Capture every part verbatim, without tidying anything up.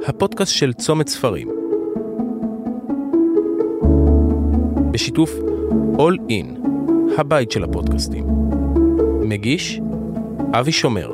הפודקאסט של צומת ספרים. בשיתוף All In, הבית של הפודקאסטים. מגיש, אבי שומר.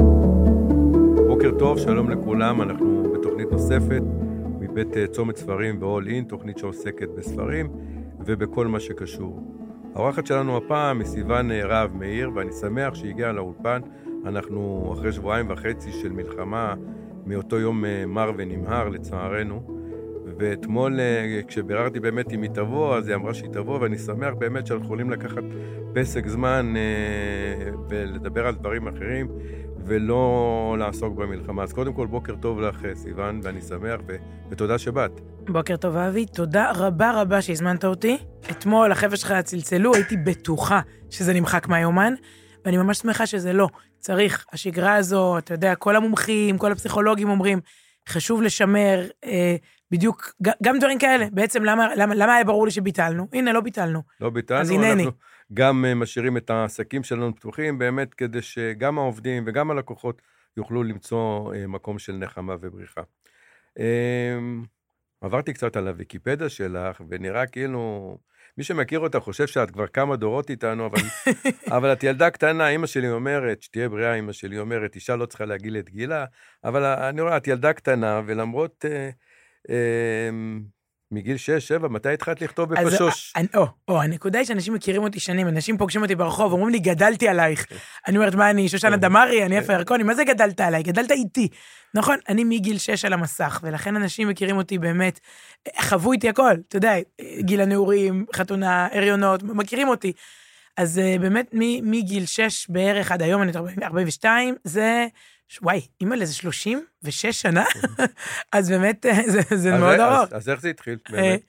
בוקר טוב, שלום לכולם, אנחנו בתוכנית נוספת מבית צומת ספרים ו-All In, תוכנית שעוסקת בספרים ובכל מה שקשור. האורחת שלנו הפעם היא סיוון רהב מאיר, ואני שמח שהגיעה לאולפן. אנחנו אחרי שבועיים וחצי של מלחמה, מאותו יום מר ונמהר לצערנו, ואתמול כשביררתי באמת אם היא תבוא, אז היא אמרה שהיא תבוא, ואני שמח באמת שאנחנו יכולים לקחת פסק זמן ולדבר על דברים אחרים, ולא לעסוק במלחמה. אז קודם כל בוקר טוב לך סיוון, ואני שמח, ו- ותודה שבאת. בוקר טוב אבי, תודה רבה רבה שהזמנת אותי. אתמול החבר'ה שלך צלצלו, הייתי בטוחה שזה נמחק מהיומן, ואני ממש שמחה שזה לא. צריך, השגרה הזו, אתה יודע, כל המומחים, כל הפסיכולוגים אומרים, חשוב לשמר אה, בדיוק, גם דברים כאלה. בעצם למה, למה, למה היה ברור לי שביטלנו? הנה, לא ביטלנו. לא ביטלנו, אנחנו גם משאירים את העסקים שלנו פתוחים, באמת כדי שגם העובדים וגם הלקוחות יוכלו למצוא אה, מקום של נחמה ובריחה. אה, עברתי קצת על הוויקיפדיה שלך, ונראה כאילו, מי שמכיר אותה חושב שאת כבר כמה דורות איתנו, אבל, אבל את ילדה קטנה, אמא שלי אומרת, שתהיה בריאה, אמא שלי אומרת, אישה לא צריכה להגיל את גילה, אבל אני רואה, את ילדה קטנה, ולמרות אה, אה, מגיל שש, שבע, מתי התחלת לכתוב בפשוש? אז, או, או, הנקודה היא שאנשים מכירים אותי שנים, אנשים פוגשים אותי ברחוב, אומרים לי, גדלתי עלייך. אני אומרת, מה אני, שושנה דמרי, אני יפה ירקוני, מה זה גדלת עליי? גדלת איתי. נכון, אני מגיל שש על המסך, ולכן אנשים מכירים אותי באמת, חוו איתי הכל, אתה יודע, גיל הנעורים, חתונה, הריונות, מכירים אותי. אז באמת, מגיל שש בערך עד היום, אני ארבעים ושתיים, זה, וואי, אימא לזה שלושים ושש שנה, אז באמת, זה מאוד ארוך. אז איך זה התחיל, באמת?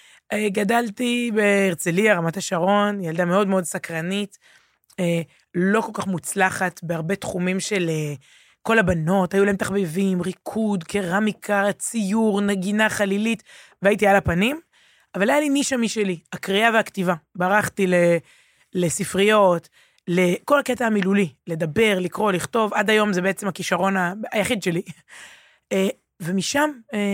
גדלתי בהרצליה, רמת השרון, ילדה מאוד מאוד סקרנית, לא כל כך מוצלחת, בהרבה תחומים של כל הבנות, היו להם תחביבים, ריקוד, קרמיקה, ציור, נגינה חלילית, והייתי על הפנים, אבל היה לי נישה משלי, הקריאה והכתיבה. ברחתי לספריות, לכל הקטע המילולי, לדבר, לקרוא, לכתוב, עד היום זה בעצם הכישרון היחיד שלי. ומשם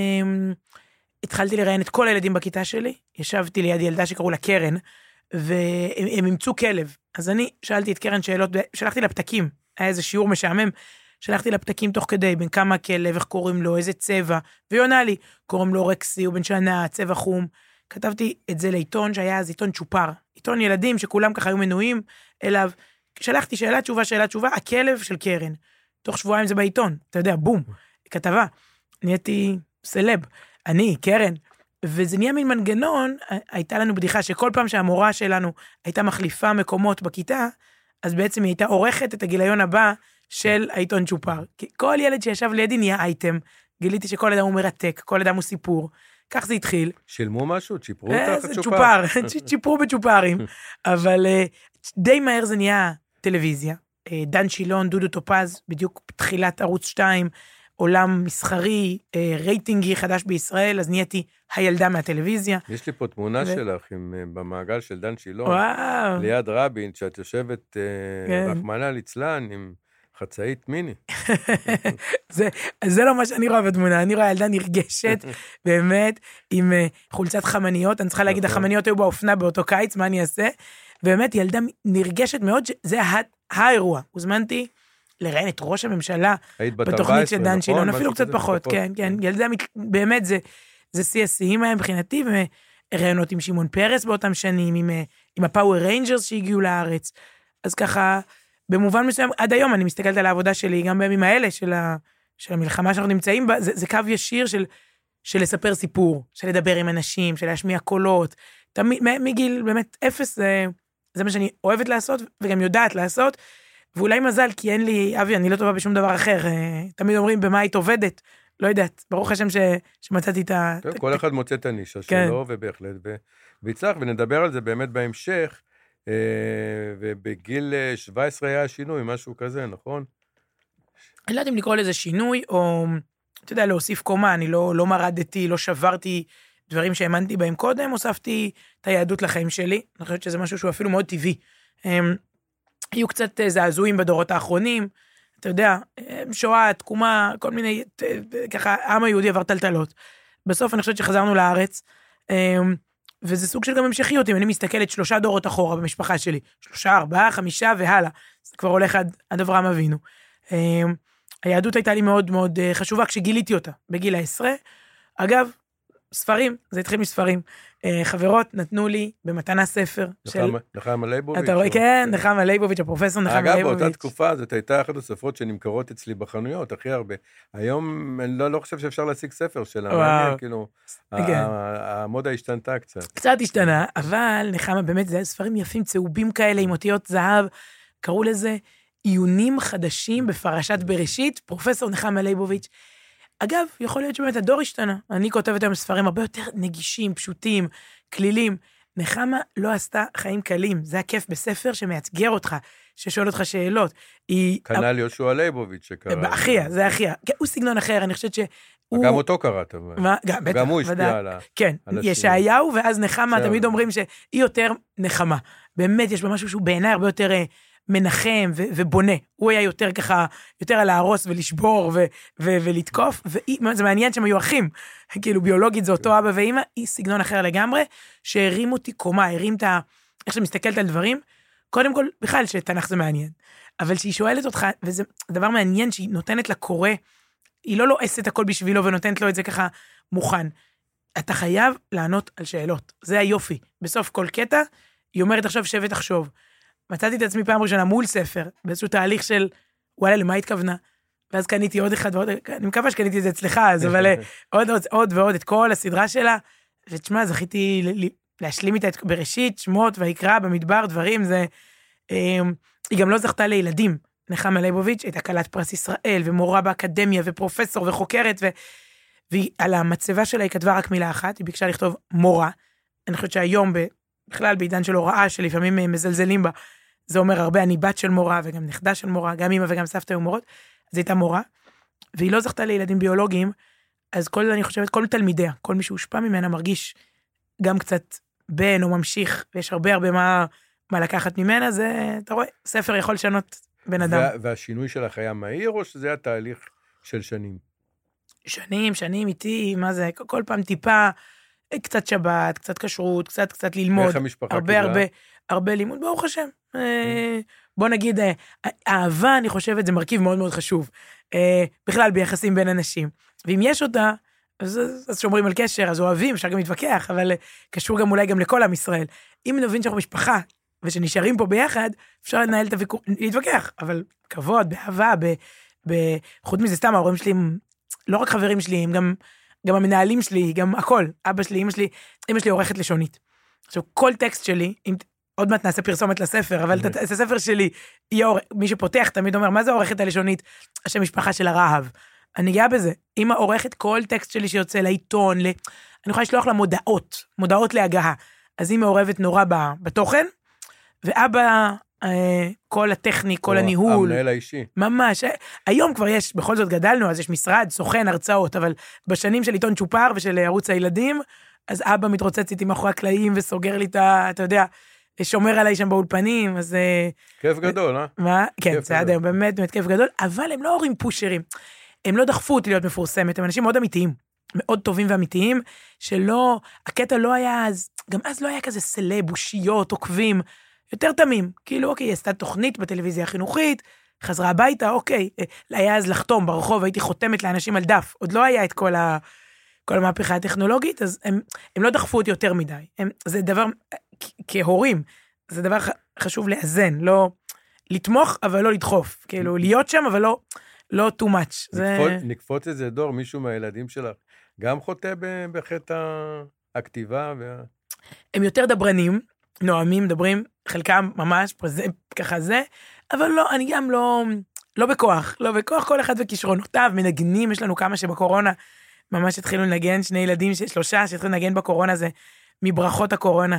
התחלתי לראיין את כל הילדים בכיתה שלי, ישבתי ליד ילדה שקראו לה קרן, והם ימצאו כלב. אז אני שאלתי את קרן שאלות, שלחתי לה פתקים, היה איזה שיעור משעמם, שלחתי לה פתקים תוך כדי, בין כמה כלב, איך קוראים לו, איזה צבע, והיא עונה לי, קוראים לו רקסי, הוא בן שנה, צבע חום. כתבתי את זה לעיתון, שהיה אז עיתון צ'ופר, עיתון ילדים שכולם ככה היו מנויים אליו, שלחתי שאלה תשובה, שאלה תשובה, הכלב של קרן. תוך שבועיים זה בעיתון, אתה יודע, בום, כתבה. נהייתי סלב, אני, קרן, וזה נהיה מין מנגנון, הייתה לנו בדיחה שכל פעם שהמורה שלנו הייתה מחליפה מקומות בכיתה, אז בעצם היא הייתה עורכת את הגיליון הבא של העיתון צ'ופר. כי כל ילד שישב לידי נהיה אייטם, גיליתי שכל אדם הוא מרתק, כל אדם הוא סיפור, כך זה התחיל. שילמו משהו? צ'יפרו אותך את צ'ופר? צ'יפרו בצ'ופרים, אבל די מהר זה נהיה טלוויזיה. דן שילון, דודו טופז, בדיוק תחילת ערוץ שתיים, עולם מסחרי, רייטינגי חדש בישראל, אז נהייתי הילדה מהטלוויזיה. יש לי פה תמונה שלך במעגל של דן שילון, ליד רבין, שאת יושבת רחמנא ליצלן עם חצאית מיני. זה לא מה שאני רואה בתמונה, אני רואה ילדה נרגשת, באמת, עם חולצת חמניות, אני צריכה להגיד, החמניות היו באופנה באותו קיץ, מה אני אעשה? ובאמת, ילדה נרגשת מאוד, זה האירוע. הוזמנתי לראיין את ראש הממשלה, בתוכנית של דן שילון, אפילו קצת פחות, כן, כן, ילדה, באמת, זה שיא השיאים היה מבחינתי, וראיינות עם שמעון פרס באותם שנים, עם הפאוור ריינג'רס שהגיעו לארץ, אז ככה, במובן מסוים, עד היום אני מסתכלת על העבודה שלי, גם בימים האלה של, ה, של המלחמה שאנחנו נמצאים בה, זה, זה קו ישיר של, של לספר סיפור, של לדבר עם אנשים, של להשמיע קולות, תמיד, מגיל באמת אפס, זה, זה מה שאני אוהבת לעשות, וגם יודעת לעשות, ואולי מזל, כי אין לי, אבי, אני לא טובה בשום דבר אחר, תמיד אומרים, במה היית עובדת, לא יודעת, ברוך השם ש, שמצאתי את ה... כל אחד מוצא את הנישה שלו, ובהחלט, והצלח, ונדבר על זה באמת בהמשך, ובגיל שבע עשרה היה שינוי, משהו כזה, נכון? אני לא יודעת אם לקרוא לזה שינוי, או, אתה יודע, להוסיף קומה, אני לא, לא מרדתי, לא שברתי דברים שהאמנתי בהם קודם, הוספתי את היהדות לחיים שלי, אני חושבת שזה משהו שהוא אפילו מאוד טבעי. היו קצת זעזועים בדורות האחרונים, אתה יודע, שואה, תקומה, כל מיני, ככה, העם היהודי עבר טלטלות. בסוף אני חושבת שחזרנו לארץ, וזה סוג של גם המשכיות, אם אני מסתכלת שלושה דורות אחורה במשפחה שלי, שלושה, ארבעה, חמישה והלאה, זה כבר הולך עד, עד אברהם אבינו. היהדות הייתה לי מאוד מאוד חשובה כשגיליתי אותה, בגיל העשרה. אגב, ספרים, זה התחיל מספרים. חברות נתנו לי במתנה ספר. נחמה ליבוביץ'. אתה רואה, כן, נחמה ליבוביץ', הפרופסור נחמה ליבוביץ'. אגב, באותה תקופה, זאת הייתה אחת הספרות שנמכרות אצלי בחנויות, הכי הרבה. היום אני לא חושב שאפשר להשיג ספר שלה, כאילו, המודה השתנתה קצת. קצת השתנה, אבל נחמה באמת, זה ספרים יפים, צהובים כאלה, עם אותיות זהב, קראו לזה עיונים חדשים בפרשת בראשית, פרופסור נחמה ליבוביץ'. אגב, יכול להיות שבאמת הדור השתנה. אני כותבת היום ספרים הרבה יותר נגישים, פשוטים, כלילים. נחמה לא עשתה חיים קלים. זה הכיף בספר שמאתגר אותך, ששואל אותך שאלות. היא... כנ"ל יהושע ליבוביץ' שקרא. אחיה, זה אחיה. הוא סגנון אחר, אני חושבת שהוא... גם אותו קראת, אבל. מה? גם, בטח, גם הוא השפיע על ה... כן, ישעיהו, ואז נחמה, תמיד אומרים שהיא יותר נחמה. באמת, יש בה משהו שהוא בעיניי הרבה יותר... מנחם ו- ובונה, הוא היה יותר ככה, יותר על להרוס ולשבור ו- ו- ולתקוף, וזה מעניין שהם היו אחים, כאילו ביולוגית זה אותו אבא ואמא, היא סגנון אחר לגמרי, שהרים אותי קומה, הרים את ה... איך שמסתכלת על דברים, קודם כל, בכלל שתנ"ך זה מעניין, אבל שהיא שואלת אותך, וזה דבר מעניין שהיא נותנת לקורא, היא לא לועסת הכל בשבילו ונותנת לו את זה ככה מוכן, אתה חייב לענות על שאלות, זה היופי, בסוף כל קטע, היא אומרת עכשיו שב ותחשוב, מצאתי את עצמי פעם ראשונה מול ספר, באיזשהו תהליך של, וואלה, למה התכוונה? ואז קניתי עוד אחד ועוד, אני מקווה שקניתי את זה אצלך, אז אבל עוד, עוד, עוד ועוד, את כל הסדרה שלה, ותשמע, זכיתי להשלים איתה בראשית, שמות ויקרא במדבר, דברים, זה, היא גם לא זכתה לילדים, נחמה ליבוביץ', הייתה כלת פרס ישראל, ומורה באקדמיה, ופרופסור וחוקרת, ו... ועל המצבה שלה היא כתבה רק מילה אחת, היא ביקשה לכתוב מורה, אני חושבת שהיום ב... בכלל בעידן של הוראה שלפעמים מזלזלים בה, זה אומר הרבה, אני בת של מורה וגם נכדה של מורה, גם אמא וגם סבתא היו מורות, אז הייתה מורה, והיא לא זכתה לילדים ביולוגיים, אז כל, אני חושבת, כל תלמידיה, כל מי שהושפע ממנה מרגיש גם קצת בן או ממשיך, ויש הרבה הרבה מה, מה לקחת ממנה, זה, אתה רואה, ספר יכול לשנות בן אדם. וה, והשינוי שלך היה מהיר, או שזה היה תהליך של שנים? שנים, שנים איתי, מה זה, כל פעם טיפה, קצת שבת, קצת כשרות, קצת קצת ללמוד. איך המשפחה הרבה הרבה, הרבה לימוד, ברוך השם. בוא נגיד, אהבה, אני חושבת, זה מרכיב מאוד מאוד חשוב. בכלל, ביחסים בין אנשים. ואם יש אותה, אז שומרים על קשר, אז אוהבים, אפשר גם להתווכח, אבל קשור גם אולי גם לכל עם ישראל. אם נבין שאנחנו משפחה, ושנשארים פה ביחד, אפשר לנהל את הוויכוח, להתווכח, אבל כבוד, באהבה, חוץ מזה סתם, ההורים שלי הם לא רק חברים שלי, הם גם... גם המנהלים שלי, גם הכל, אבא שלי, אמא שלי, אמא שלי עורכת לשונית. עכשיו, כל טקסט שלי, אם, עוד מעט נעשה פרסומת לספר, אבל את הספר שלי, מי שפותח תמיד אומר, מה זה עורכת הלשונית? השם משפחה של הרהב. אני גאה בזה. אמא עורכת כל טקסט שלי שיוצא לעיתון, ל... אני יכולה לשלוח לה מודעות, מודעות להגעה. אז היא מעורבת נורא בתוכן, ואבא, כל הטכני, כל הניהול. המנהל האישי. ממש. היום כבר יש, בכל זאת גדלנו, אז יש משרד, סוכן, הרצאות, אבל בשנים של עיתון צ'ופר ושל ערוץ הילדים, אז אבא מתרוצץ איתי מאחורי הקלעים וסוגר לי את ה... אתה יודע, שומר עליי שם באולפנים, אז... כיף גדול, אה? מה? כן, זה עד היום באמת באמת כיף גדול, אבל הם לא הורים פושרים. הם לא דחפו אותי להיות מפורסמת, הם אנשים מאוד אמיתיים, מאוד טובים ואמיתיים, שלא, הקטע לא היה אז, גם אז לא היה כזה סלב, בושיות, עוקבים, יותר תמים, כאילו, אוקיי, היא עשתה תוכנית בטלוויזיה החינוכית, חזרה הביתה, אוקיי, היה אז לחתום ברחוב, הייתי חותמת לאנשים על דף, עוד לא היה את כל, ה, כל המהפכה הטכנולוגית, אז הם, הם לא דחפו אותי יותר מדי, הם, זה דבר, כהורים, זה דבר חשוב לאזן, לא לתמוך, אבל לא לדחוף, כאילו, להיות שם, אבל לא, לא too much. נקפוץ, זה... נקפוץ איזה דור, מישהו מהילדים שלך, גם חוטא בחטא הכתיבה וה... הם יותר דברנים, נועמים, מדברים, חלקם ממש, פרזה, ככה זה, אבל לא, אני גם לא, לא בכוח, לא בכוח, כל אחד וכישרונותיו, מנגנים, יש לנו כמה שבקורונה, ממש התחילו לנגן, שני ילדים, שלושה, שהתחילו לנגן בקורונה, זה מברכות הקורונה,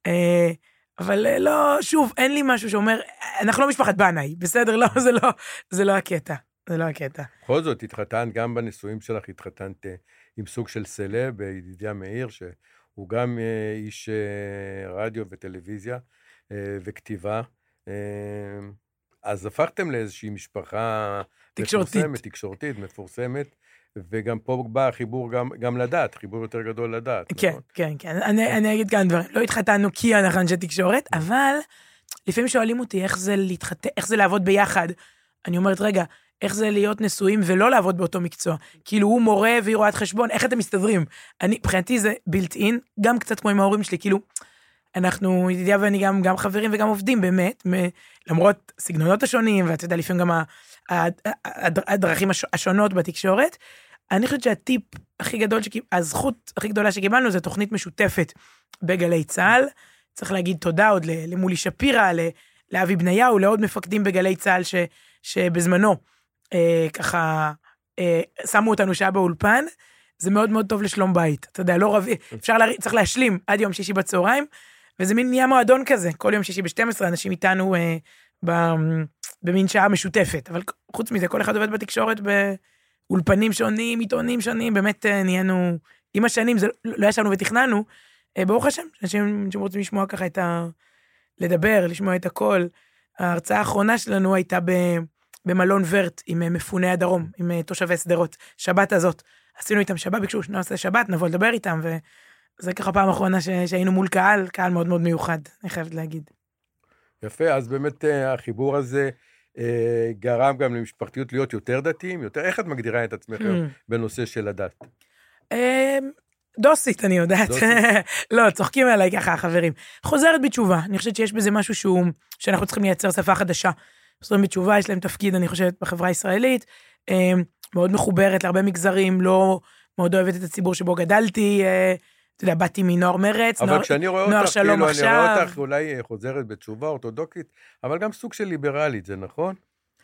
אבל לא, שוב, אין לי משהו שאומר, אנחנו לא משפחת בנאי, בסדר, לא, זה לא, זה לא הקטע, זה לא הקטע. בכל זאת, התחתנת, גם בנישואים שלך, התחתנת עם סוג של סלב, בידידיה מאיר, ש... הוא גם איש רדיו וטלוויזיה וכתיבה. אז הפכתם לאיזושהי משפחה תקשורתית. מפורסמת, תקשורתית, מפורסמת, וגם פה בא החיבור גם, גם לדעת, חיבור יותר גדול לדעת. כן, נכון? כן, כן. אני, אני אגיד כאן דברים. לא התחתנו כי אנחנו אנשי תקשורת, אבל לפעמים שואלים אותי איך זה להתחתן, איך זה לעבוד ביחד. אני אומרת, רגע, איך זה להיות נשואים ולא לעבוד באותו מקצוע? כאילו הוא מורה והיא רואת חשבון, איך אתם מסתדרים? אני, מבחינתי זה בילט אין, גם קצת כמו עם ההורים שלי, כאילו, אנחנו, ידידיה ואני גם, גם חברים וגם עובדים, באמת, מ, למרות סגנונות השונים, ואתה יודע, לפעמים גם ה, ה, ה, הדרכים השונות בתקשורת. אני חושבת שהטיפ הכי גדול, הזכות הכי גדולה שקיבלנו, זה תוכנית משותפת בגלי צהל. צריך להגיד תודה עוד למולי שפירה, לאבי בניהו, לעוד מפקדים בגלי צהל, ש, שבזמנו, אה, ככה, אה, שמו אותנו שעה באולפן. זה מאוד מאוד טוב לשלום בית. אתה יודע, לא רבי, אפשר לה, צריך להשלים עד יום שישי בצהריים, וזה מין נהיה מועדון כזה, כל יום שישי ב-שתים עשרה, אנשים איתנו אה, ב, במין שעה משותפת, אבל חוץ מזה, כל אחד עובד בתקשורת באולפנים שונים, עיתונים שונים, באמת אה, נהיינו, עם השנים, זה לא ישבנו ותכננו, אה, ברוך השם, אנשים שרוצים לשמוע ככה את ה... לדבר, לשמוע את הכל. ההרצאה האחרונה שלנו הייתה ב, במלון ורט, עם מפוני הדרום, עם תושבי סדרות, שבת הזאת. עשינו איתם שבת, ביקשו שנעשה שבת, נבוא לדבר איתם, וזה ככה פעם אחרונה ש... שהיינו מול קהל, קהל מאוד מאוד מיוחד, אני חייבת להגיד. יפה, אז באמת החיבור הזה אה, גרם גם למשפחתיות להיות יותר דתיים, יותר, איך את מגדירה את עצמך בנושא של הדת? אה, דוסית, אני יודעת. לא, צוחקים עליי ככה, חברים. חוזרת בתשובה, אני חושבת שיש בזה משהו שהוא, שאנחנו צריכים לייצר שפה חדשה. חוזרים בתשובה, יש להם תפקיד, אני חושבת, בחברה הישראלית, אה, מאוד מחוברת להרבה מגזרים, לא מאוד אוהבת את הציבור שבו גדלתי, אתה יודע, באתי מנוער מרץ, אבל כשאני רואה נוער אותך, שלום כאילו, עכשיו. אני רואה אותך אולי חוזרת בתשובה אורתודוקית, אבל גם סוג של ליברלית, זה נכון?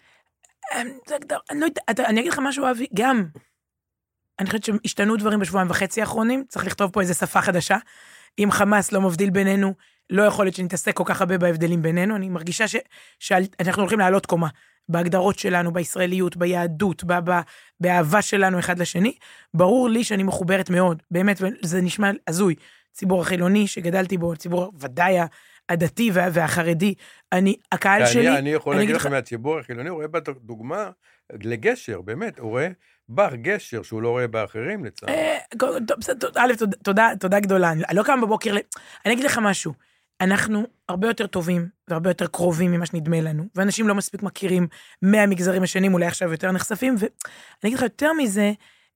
אני אגיד לך משהו, אבי, גם, אני חושבת שהשתנו דברים בשבועיים וחצי האחרונים, צריך לכתוב פה איזו שפה חדשה, אם חמאס לא מבדיל בינינו, לא יכול להיות שנתעסק כל כך הרבה בהבדלים בינינו, אני מרגישה שאנחנו הולכים לעלות קומה, בהגדרות שלנו, בישראליות, ביהדות, באהבה שלנו אחד לשני, ברור לי שאני מחוברת מאוד, באמת, וזה נשמע הזוי, ציבור החילוני שגדלתי בו, ציבור ודאי הדתי והחרדי, אני, הקהל שלי... אני יכול להגיד לכם מהציבור החילוני, הוא רואה בדוגמה לגשר, באמת, הוא רואה בר גשר שהוא לא רואה באחרים לצער. א', תודה גדולה, אני לא קם בבוקר, אני אגיד לך משהו, אנחנו הרבה יותר טובים והרבה יותר קרובים ממה שנדמה לנו, ואנשים לא מספיק מכירים מהמגזרים השונים, אולי עכשיו יותר נחשפים, ואני אגיד לך יותר מזה,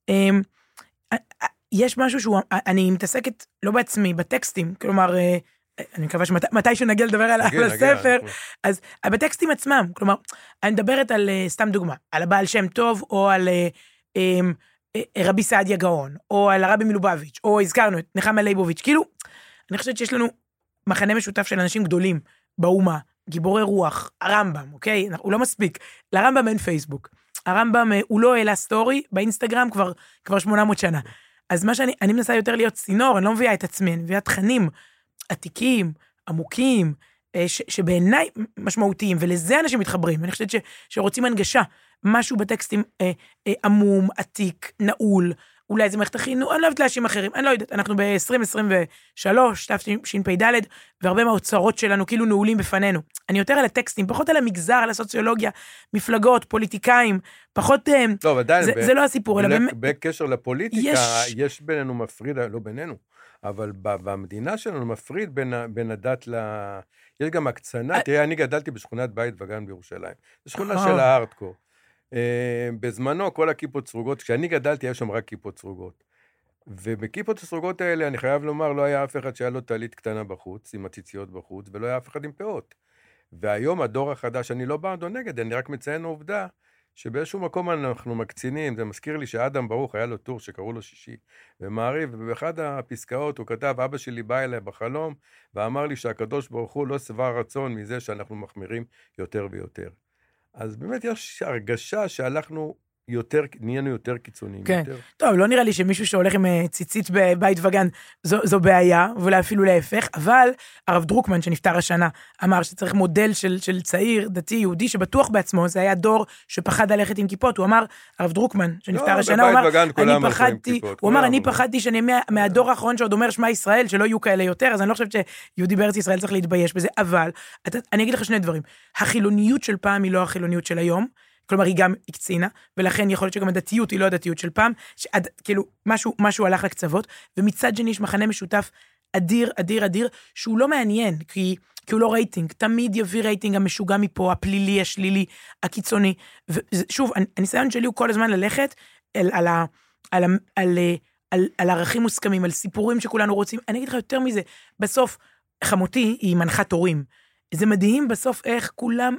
יש משהו שהוא, אני מתעסקת לא בעצמי, בטקסטים, כלומר, אני מקווה שמתי שנגיע לדבר על הספר, אז בטקסטים עצמם, כלומר, אני מדברת על, סתם דוגמה, על הבעל שם טוב, או על רבי סעדיה גאון, או על הרבי מלובביץ', או הזכרנו את נחמה ליבוביץ', כאילו, אני חושבת שיש לנו מחנה משותף של אנשים גדולים באומה, גיבורי רוח, הרמב"ם, אוקיי? הוא לא מספיק. לרמב"ם אין פייסבוק. הרמב"ם הוא לא העלה סטורי באינסטגרם כבר, כבר שמונה מאות שנה. אז מה שאני, אני מנסה יותר להיות צינור, אני לא מביאה את עצמי, אני מביאה תכנים עתיקים, עמוקים, ש, שבעיניי משמעותיים, ולזה אנשים מתחברים. אני חושבת ש, שרוצים הנגשה, משהו בטקסטים אה, אה, עמום, עתיק, נעול, אולי זה מערכת החינוך, אני לא אוהבת להאשים אחרים, אני לא יודעת, אנחנו ב-עשרים עשרים ושלוש, תשפ"ד, והרבה מהאוצרות שלנו כאילו נעולים בפנינו. אני יותר על הטקסטים, פחות על המגזר, על הסוציולוגיה, מפלגות, פוליטיקאים, פחות, לא, עדיין, זה, ב- זה לא הסיפור, אלא באמת... בקשר לפוליטיקה, יש... יש בינינו מפריד, לא בינינו, אבל במדינה שלנו מפריד בין, בין הדת ל... יש גם הקצנה, תראה, אני גדלתי בשכונת בית וגן בירושלים, זו שכונה של הארדקור. בזמנו כל הכיפות סרוגות, כשאני גדלתי היה שם רק כיפות סרוגות, ובכיפות הסרוגות האלה אני חייב לומר לא היה אף אחד שהיה לו טלית קטנה בחוץ, עם הציציות בחוץ, ולא היה אף אחד עם פאות. והיום הדור החדש, אני לא בעד או נגד, אני רק מציין עובדה, שבאיזשהו מקום אנחנו מקצינים, זה מזכיר לי שאדם ברוך היה לו טור שקראו לו שישי, ומעריב, ובאחד הפסקאות הוא כתב, אבא שלי בא אליי בחלום, ואמר לי שהקדוש ברוך הוא לא שבע רצון מזה שאנחנו מחמירים יותר ויותר. אז באמת יש הרגשה שהלכנו יותר, נהיינו יותר קיצוניים. כן. יותר. טוב, לא נראה לי שמישהו שהולך עם ציצית בבית וגן, זו, זו בעיה, ואולי אפילו להפך, אבל הרב דרוקמן, שנפטר השנה, אמר שצריך מודל של, של צעיר, דתי, יהודי, שבטוח בעצמו, זה היה דור שפחד ללכת עם כיפות, הוא אמר, הרב דרוקמן, שנפטר לא, השנה, הוא אמר, וגן, אני פחדתי, הוא אמר, אני פחדתי שאני מה, מהדור האחרון שעוד אומר שמע ישראל, שלא יהיו כאלה יותר, אז אני לא חושבת שיהודי בארץ ישראל צריך להתבייש בזה, אבל, אתה, אני אגיד לך שני דברים, החילוניות של פעם היא לא החילוניות של היום, כלומר, היא גם הקצינה, ולכן יכול להיות שגם הדתיות היא לא הדתיות של פעם, שעד, כאילו, משהו, משהו הלך לקצוות, ומצד שני יש מחנה משותף אדיר, אדיר, אדיר, שהוא לא מעניין, כי, כי הוא לא רייטינג, תמיד יביא רייטינג המשוגע מפה, הפלילי, השלילי, הקיצוני, ושוב, הניסיון שלי הוא כל הזמן ללכת על, על, על, על, על, על, על ערכים מוסכמים, על סיפורים שכולנו רוצים, אני אגיד לך יותר מזה, בסוף, חמותי היא מנחת הורים, זה מדהים בסוף איך כולם,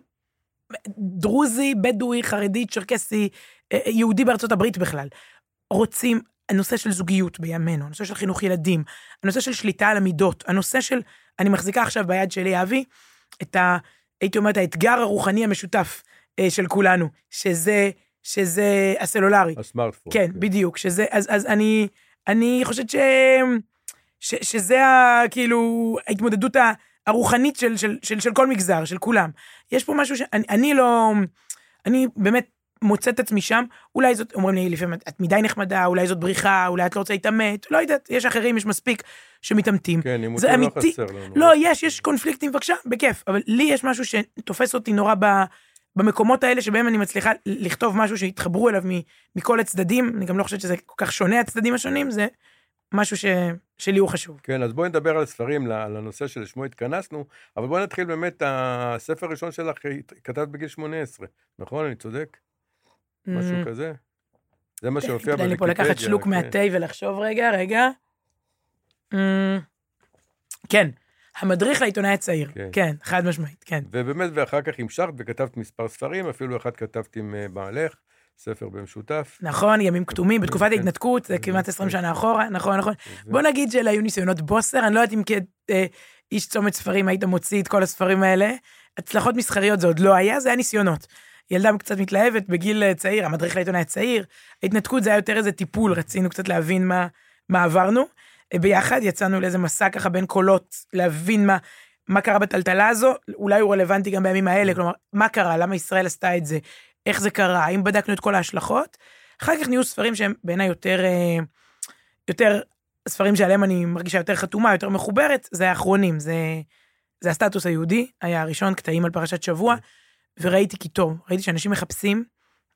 דרוזי, בדואי, חרדי, צ'רקסי, יהודי בארצות הברית בכלל, רוצים, הנושא של זוגיות בימינו, הנושא של חינוך ילדים, הנושא של שליטה על המידות, הנושא של, אני מחזיקה עכשיו ביד שלי, אבי, את ה, הייתי אומרת, האתגר הרוחני המשותף של כולנו, שזה, שזה הסלולרי. הסמארטפון. כן, כן. בדיוק, שזה, אז, אז אני, אני חושבת ש, ש, שזה ה, כאילו, ההתמודדות ה, הרוחנית של, של, של, של כל מגזר, של כולם. יש פה משהו שאני אני לא, אני באמת מוצאת עצמי שם, אולי זאת, אומרים לי, לפעמים את מדי נחמדה, אולי זאת בריחה, אולי את לא רוצה להתאמת, לא יודעת, יש אחרים, יש מספיק שמתאמתים. כן, אם זה לא חסר לנו. לא, יש, יש קונפליקטים, בבקשה, בכיף, אבל לי יש משהו שתופס אותי נורא ב, במקומות האלה, שבהם אני מצליחה לכתוב משהו שהתחברו אליו מכל הצדדים, אני גם לא חושבת שזה כל כך שונה, הצדדים השונים, זה משהו ש... שלי הוא חשוב. כן, אז בואי נדבר על ספרים, על הנושא שלשמו התכנסנו, אבל בואי נתחיל באמת, הספר הראשון שלך כתבת בגיל שמונה עשרה, נכון? אני צודק? משהו כזה? זה מה שהופיע בוויקיפדיה. אני פה לקחת שלוק מהתה ולחשוב רגע, רגע. כן, המדריך לעיתונאי הצעיר, כן, חד משמעית, כן. ובאמת, ואחר כך המשכת וכתבת מספר ספרים, אפילו אחד כתבת עם בעלך, ספר במשותף. נכון, ימים כתומים, בתקופת ההתנתקות, זה כמעט עשרים שנה אחורה, נכון, נכון. בוא נגיד שאלה היו ניסיונות בוסר, אני לא יודעת אם כאיש צומת ספרים היית מוציא את כל הספרים האלה, הצלחות מסחריות זה עוד לא היה, זה היה ניסיונות. ילדה קצת מתלהבת בגיל צעיר, המדריך לעיתונאי הצעיר, ההתנתקות זה היה יותר איזה טיפול, רצינו קצת להבין מה, מה עברנו, ביחד יצאנו לאיזה מסע ככה בין קולות, להבין מה, מה קרה בטלטלה הזו, אולי הוא רלוונטי גם בימים האלה, כלומר, מה קרה, למה ישראל עשתה את זה, איך זה קרה, האם בדקנו את כל ההשלכות, אחר כך נהיו ספרים שהם בעיניי יותר, יותר ספרים שעליהם אני מרגישה יותר חתומה, יותר מחוברת, זה האחרונים, זה, זה הסטטוס היהודי, היה הראשון, קטעים על פרשת שבוע, וראיתי כי טוב, ראיתי שאנשים מחפשים,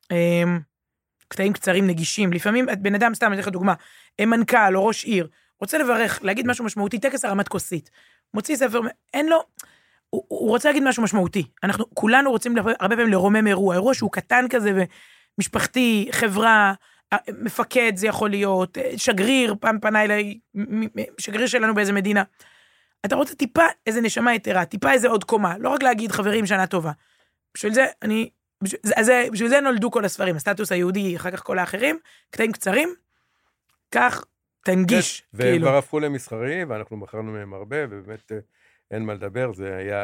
קטעים קצרים נגישים, לפעמים בן אדם, סתם, אני אתן לך דוגמה, מנכ"ל או ראש עיר, רוצה לברך, להגיד משהו משמעותי, טקס הרמת כוסית, מוציא ספר, אין לו, הוא, הוא רוצה להגיד משהו משמעותי, אנחנו כולנו רוצים הרבה פעמים לרומם אירוע, אירוע שהוא קטן כזה, ומשפחתי, חברה, מפקד זה יכול להיות, שגריר, פעם פנה אליי, שגריר שלנו באיזה מדינה, אתה רוצה טיפה איזה נשמה יתרה, טיפה איזה עוד קומה, לא רק להגיד חברים שנה טובה, בשביל זה אני, בשביל זה, בשביל זה נולדו כל הספרים, הסטטוס היהודי, אחר כך כל האחרים, קטעים קצרים, כך תנגיש, כאילו. והם כבר הפכו למסחריים, ואנחנו מכרנו מהם הרבה, ובאמת אין מה לדבר, זה היה,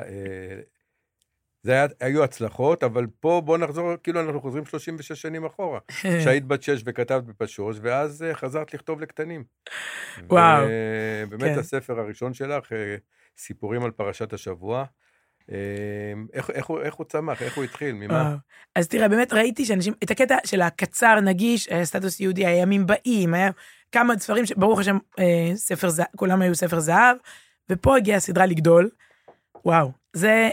זה היה, היו הצלחות, אבל פה בוא נחזור, כאילו אנחנו חוזרים שלושים ושש שנים אחורה, שהיית בת שש וכתבת בפשוש, ואז חזרת לכתוב לקטנים. וואו. ובאמת הספר הראשון שלך, סיפורים על פרשת השבוע, איך, איך, איך הוא צמח, איך הוא התחיל, ממה? אז תראה, באמת ראיתי שאנשים, את הקטע של הקצר נגיש, סטטוס יהודי, הימים באים, היה כמה ספרים, ברוך השם, ספר זהב, כולם היו ספר זהב, ופה הגיעה הסדרה לגדול, וואו, זה,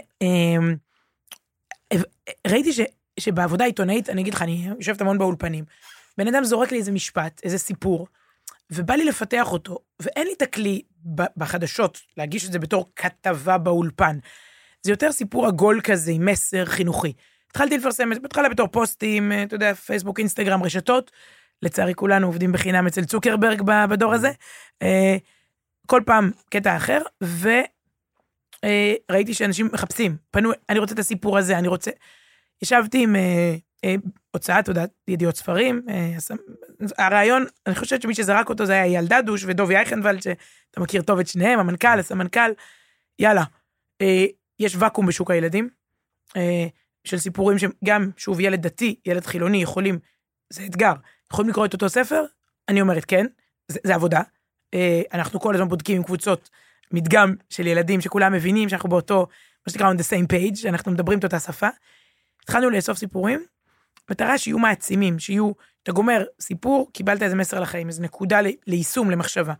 ראיתי ש, שבעבודה עיתונאית, אני אגיד לך, אני יושבת המון באולפנים, בן אדם זורק לי איזה משפט, איזה סיפור, ובא לי לפתח אותו, ואין לי את הכלי בחדשות, להגיש את זה בתור כתבה באולפן, זה יותר סיפור עגול כזה, עם מסר חינוכי. התחלתי לפרסם, התחלה בתור פוסטים, אתה יודע, פייסבוק, אינסטגרם, רשתות, לצערי כולנו עובדים בחינם אצל צוקרברג בדור הזה, כל פעם קטע אחר, וראיתי שאנשים מחפשים, פנו, אני רוצה את הסיפור הזה, אני רוצה, ישבתי עם הוצאת, תודעת, ידיעות ספרים, הרעיון, אני חושבת שמי שזרק אותו זה היה אייל דדוש ודובי אייכנוולד, שאתה מכיר טוב את שניהם, המנכ"ל, הסמנכ"ל, יאללה, יש וקום בשוק הילדים, של סיפורים שגם, שוב, ילד דתי, ילד חילוני, יכולים, זה אתגר. יכולים לקרוא את אותו ספר? אני אומרת כן, זה, זה עבודה. אנחנו כל הזמן בודקים עם קבוצות מדגם של ילדים שכולם מבינים שאנחנו באותו, מה שנקרא on the same page, שאנחנו מדברים את אותה שפה. התחלנו לאסוף סיפורים, מטרה שיהיו מעצימים, שיהיו, אתה גומר סיפור, קיבלת איזה מסר לחיים, איזו נקודה ליישום, למחשבה.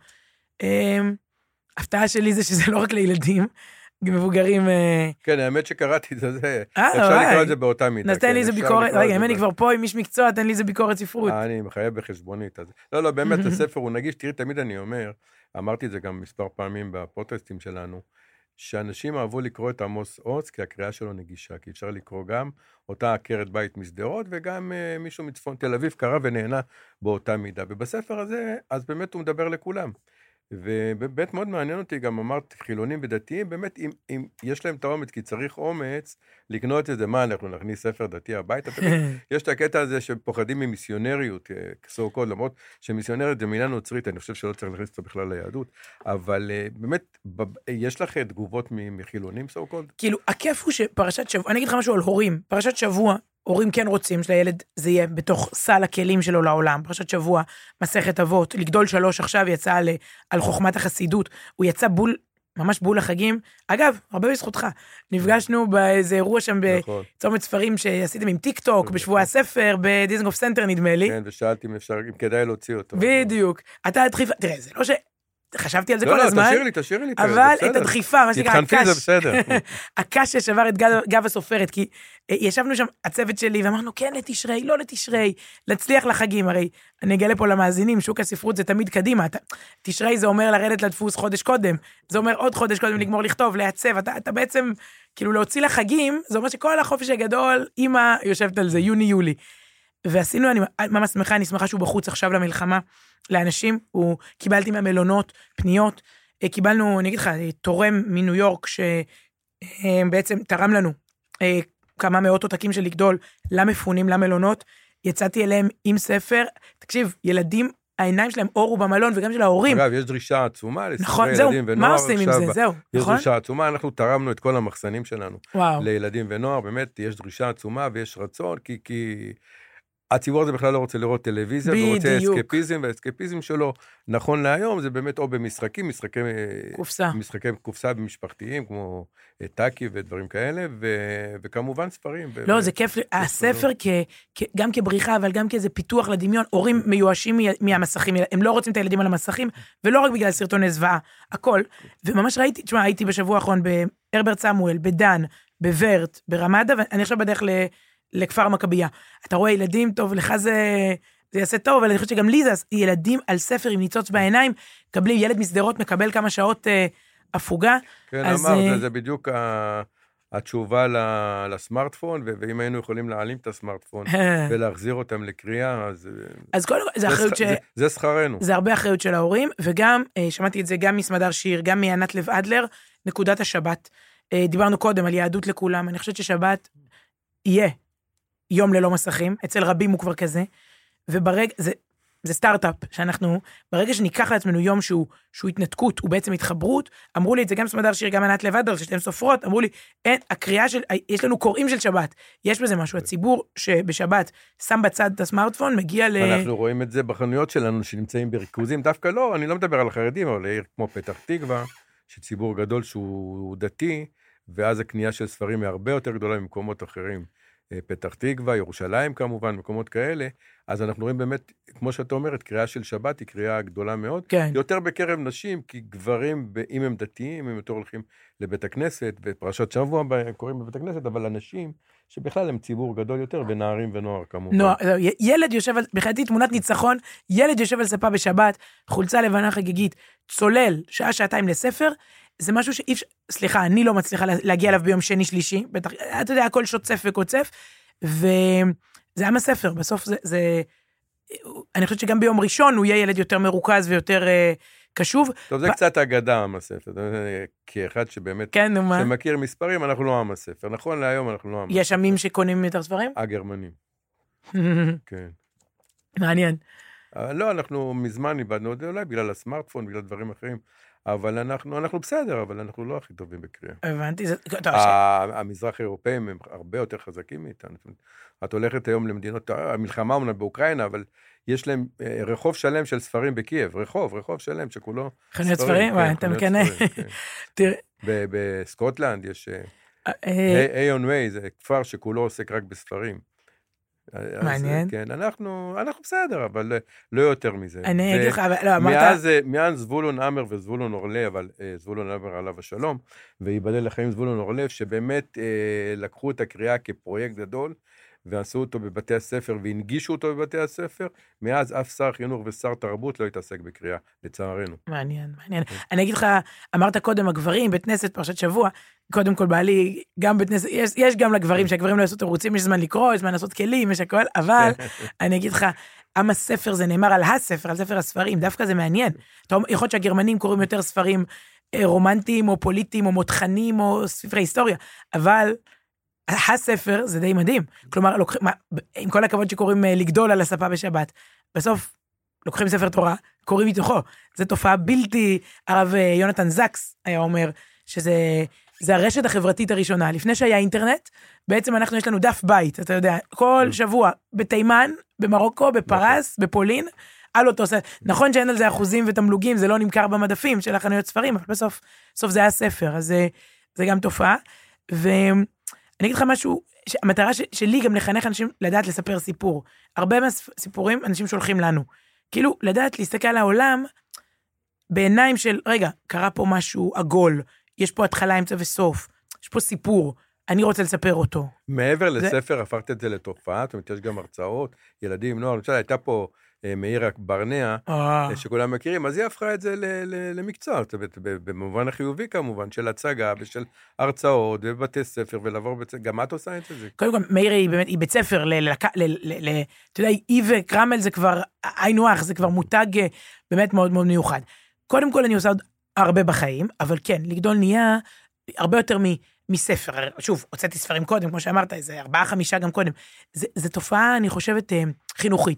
הפתעה שלי זה שזה לא רק לילדים, גם מבוגרים... כן, האמת שקראתי את זה, אפשר לקרוא את זה באותה מידה. אז תן לי איזה ביקורת, רגע, אם אני כבר פה עם איש מקצוע, תן לי איזה ביקורת ספרות. אני מחייב בחשבונית. לא, לא, באמת, הספר הוא נגיש, תראי, תמיד אני אומר, אמרתי את זה גם מספר פעמים בפודקאסטים שלנו, שאנשים אהבו לקרוא את עמוס עוז, כי הקריאה שלו נגישה, כי אפשר לקרוא גם אותה עקרת בית משדרות, וגם uh, מישהו מצפון תל אביב קרא ונהנה באותה מידה. ובספר הזה, אז באמת הוא מדבר לכולם. ובאמת מאוד מעניין אותי, גם אמרת חילונים ודתיים, באמת אם, אם יש להם את האומץ, כי צריך אומץ, לקנות את זה, מה אנחנו נכניס ספר דתי הביתה, יש את הקטע הזה שפוחדים ממיסיונריות, כסו-קוד, למרות שמיסיונריות זה מילה נוצרית, אני חושב שלא צריך להכניס אותה בכלל ליהדות, אבל באמת, יש לך תגובות מחילונים, סו-קוד? כאילו, הכיף הוא שפרשת שבוע, אני אגיד לך משהו על הורים, פרשת שבוע, הורים כן רוצים שלילד זה יהיה בתוך סל הכלים שלו לעולם. פרשת שבוע, מסכת אבות, לגדול שלוש עכשיו יצא על, על חוכמת החסידות, הוא יצא בול, ממש בול החגים. אגב, הרבה בזכותך, נפגשנו באיזה אירוע שם בצומת ספרים שעשיתם עם טיק טוק, בשבוע הספר, בדיזנגוף סנטר נדמה לי. כן, ושאלתי אם אפשר, אם כדאי להוציא אותו. בדיוק. אתה הדחיפה, תראה, זה לא ש... חשבתי על זה לא, כל לא, הזמן. תשאיר לי, תשאיר לי. אבל את הדחיפה, מה שנקרא, תתחנפי, זה בסדר. הקש ששבר את גב הסופרת, כי ישבנו שם הצוות שלי, ואמרנו, כן, לתשרי, לא לתשרי, להצליח לחגים, הרי אני אגלה פה למאזינים, שוק הספרות זה תמיד קדימה, תשרי זה אומר לרדת לדפוס חודש קודם, זה אומר עוד חודש קודם לגמור לכתוב, לעצב, אתה, אתה בעצם, כאילו להוציא לחגים, זה אומר שכל החופש הגדול, אמא יושבת על זה, יוני-יולי. ועשינו, אני ממש שמחה, אני שמחה שהוא בחוץ עכשיו למלחמה, לאנשים, הוא קיבלתי מהמלונות, פניות, קיבלנו, אני אגיד לך, תורם מניו יורק, שבעצם תרם לנו כמה מאות עותקים של לגדול למפונים, למלונות, יצאתי אליהם עם ספר, תקשיב, ילדים, העיניים שלהם אורו במלון, וגם של ההורים. אגב, יש דרישה עצומה לספרי נכון, ילדים זהו, ונוער. מה עושים עכשיו, עם זה, זהו, יש נכון? דרישה עצומה, אנחנו תרמנו את כל המחסנים שלנו. וואו. לילדים ונוער, באמת, יש דרישה עצומה, ויש רצון, כי... כי... הציבור הזה בכלל לא רוצה לראות טלוויזיה, הוא רוצה אסקפיזם, והאסקפיזם שלו, נכון להיום, זה באמת או במשחקים, משחקי קופסה, משחקי קופסה במשפחתיים, כמו טאקי ודברים כאלה, וכמובן ספרים. לא, זה כיף, הספר גם כבריחה, אבל גם כאיזה פיתוח לדמיון, הורים מיואשים מהמסכים, הם לא רוצים את הילדים על המסכים, ולא רק בגלל סרטוני זוועה, הכל, וממש ראיתי, תשמע, הייתי בשבוע האחרון בהרברט סמואל, בדן, בוורט, ברמדה, ואני עכשיו בדרך ל... לכפר מכבייה. אתה רואה ילדים, טוב, לך זה, זה יעשה טוב, אבל אני חושבת שגם לי זה ילדים על ספר עם ניצוץ בעיניים, קבלים, ילד מסדרות מקבל כמה שעות אה, הפוגה. כן, אז, אמר, אה... זה, זה בדיוק ה, התשובה לסמארטפון, ו- ואם היינו יכולים להעלים את הסמארטפון, ולהחזיר אותם לקריאה, אז... אז קודם כל, זה אחריות ש... זה, זה שכרנו. זה הרבה אחריות של ההורים, וגם, אה, שמעתי את זה גם מסמדר שיר, גם מענת לב אדלר, נקודת השבת. אה, דיברנו קודם על יהדות לכולם, אני חושבת ששבת יהיה. יום ללא מסכים, אצל רבים הוא כבר כזה, וברגע, זה, זה סטארט-אפ, שאנחנו, ברגע שניקח לעצמנו יום שהוא, שהוא התנתקות, הוא בעצם התחברות, אמרו לי את זה גם סמדר שיר, גם ענת לבדר, ששתיים סופרות, אמרו לי, אין, הקריאה של, יש לנו קוראים של שבת, יש בזה משהו, הציבור שבשבת שם בצד את הסמארטפון, מגיע ל... אנחנו רואים את זה בחנויות שלנו, שנמצאים בריכוזים, דווקא לא, אני לא מדבר על החרדים, אבל לעיר כמו פתח תקווה, שציבור גדול שהוא דתי, ואז הקנייה של ספרים היא הרבה יותר גדולה ממקומות אחרים. פתח תקווה, ירושלים כמובן, מקומות כאלה, אז אנחנו רואים באמת, כמו שאתה אומרת, קריאה של שבת היא קריאה גדולה מאוד, כן. יותר בקרב נשים, כי גברים, אם הם דתיים, הם יותר הולכים לבית הכנסת, בפרשת שבוע קוראים בבית הכנסת, אבל אנשים שבכלל הם ציבור גדול יותר, ונערים ונוער כמובן. נוער, ילד יושב על, בחייתי תמונת ניצחון, ילד יושב על ספה בשבת, חולצה לבנה חגיגית, צולל, שעה, שעתיים לספר, זה משהו שאי אפשר, סליחה, אני לא מצליחה להגיע אליו ביום שני שלישי, בטח, אתה יודע, הכל שוטף וקוצף, וזה עם הספר, בסוף זה, זה, אני חושבת שגם ביום ראשון הוא יהיה ילד יותר מרוכז ויותר uh, קשוב. טוב, זה ו... קצת אגדה עם הספר, כאחד שבאמת, כן, שמכיר מספרים, אנחנו לא עם הספר, נכון להיום אנחנו לא עם הספר. יש עמים שקונים יותר ספרים? הגרמנים. כן. מעניין. לא, אנחנו מזמן איבדנו, אולי בגלל הסמארטפון, בגלל דברים אחרים, אבל אנחנו, אנחנו בסדר, אבל אנחנו לא הכי טובים בקריאה. הבנתי, זה... טוב, המזרח האירופאים הם הרבה יותר חזקים מאיתנו. את הולכת היום למדינות, המלחמה אומנם באוקראינה, אבל יש להם רחוב שלם של ספרים בקייב, רחוב, רחוב שלם שכולו חנויות ספרים? וואי, אתה מקנא. תראה. בסקוטלנד יש איון ווי, זה כפר שכולו עוסק רק בספרים. מעניין. כן, אנחנו, אנחנו בסדר, אבל לא יותר מזה. אני אגיד לך, לא, אמרת... מאז זבולון אמר וזבולון אורלב, אבל זבולון אמר עליו השלום, ויבדל לחיים זבולון אורלב, שבאמת לקחו את הקריאה כפרויקט גדול, ועשו אותו בבתי הספר, והנגישו אותו בבתי הספר, מאז אף שר חינוך ושר תרבות לא התעסק בקריאה, לצערנו. מעניין, מעניין. אני אגיד לך, אמרת קודם, הגברים, בית כנסת, פרשת שבוע, קודם כל בעלי, גם בית כנסת, יש, יש גם לגברים, שהגברים לא יעשו תירוצים, יש זמן לקרוא, יש זמן לעשות כלים, יש הכל, אבל אני אגיד לך, עם הספר זה נאמר על הספר, על ספר הספרים, דווקא זה מעניין. אתה אומר, יכול להיות שהגרמנים קוראים יותר ספרים רומנטיים, או פוליטיים, או מותחנים, או ספרי היסטוריה, אבל הספר זה די מדהים. כלומר, לוקח, מה, עם כל הכבוד שקוראים לגדול על הספה בשבת, בסוף לוקחים ספר תורה, קוראים מתוכו. זו תופעה בלתי, הרב יונתן זקס היה אומר, שזה זה הרשת החברתית הראשונה. לפני שהיה אינטרנט, בעצם אנחנו, יש לנו דף בית, אתה יודע, כל שבוע, בתימן, במרוקו, בפרס, בפולין, על אותו, נכון שאין על זה אחוזים ותמלוגים, זה לא נמכר במדפים של החנויות ספרים, אבל בסוף, בסוף זה היה ספר, אז זה, זה גם תופעה. ואני אגיד לך משהו, המטרה שלי גם לחנך אנשים לדעת לספר סיפור. הרבה מהסיפורים אנשים שולחים לנו. כאילו, לדעת להסתכל על העולם בעיניים של, רגע, קרה פה משהו עגול, יש פה התחלה, אמצע וסוף, יש פה סיפור, אני רוצה לספר אותו. מעבר לספר, הפכת את זה לתופעה, זאת אומרת, יש גם הרצאות, ילדים, נוער, למשל, הייתה פה מאירה ברנע, שכולם מכירים, אז היא הפכה את זה למקצוע, במובן החיובי כמובן, של הצגה ושל הרצאות ובתי ספר, ולעבור בית ספר, גם את עושה את זה? קודם כל, מאירה היא באמת, היא בית ספר, אתה יודע, היא וקרמל זה כבר, היינו אח, זה כבר מותג באמת מאוד מאוד מיוחד. קודם כל, אני עושה עוד הרבה בחיים, אבל כן, לגדול נהיה הרבה יותר מספר. שוב, הוצאתי ספרים קודם, כמו שאמרת, איזה ארבעה, חמישה גם קודם. זה תופעה, אני חושבת, חינוכית.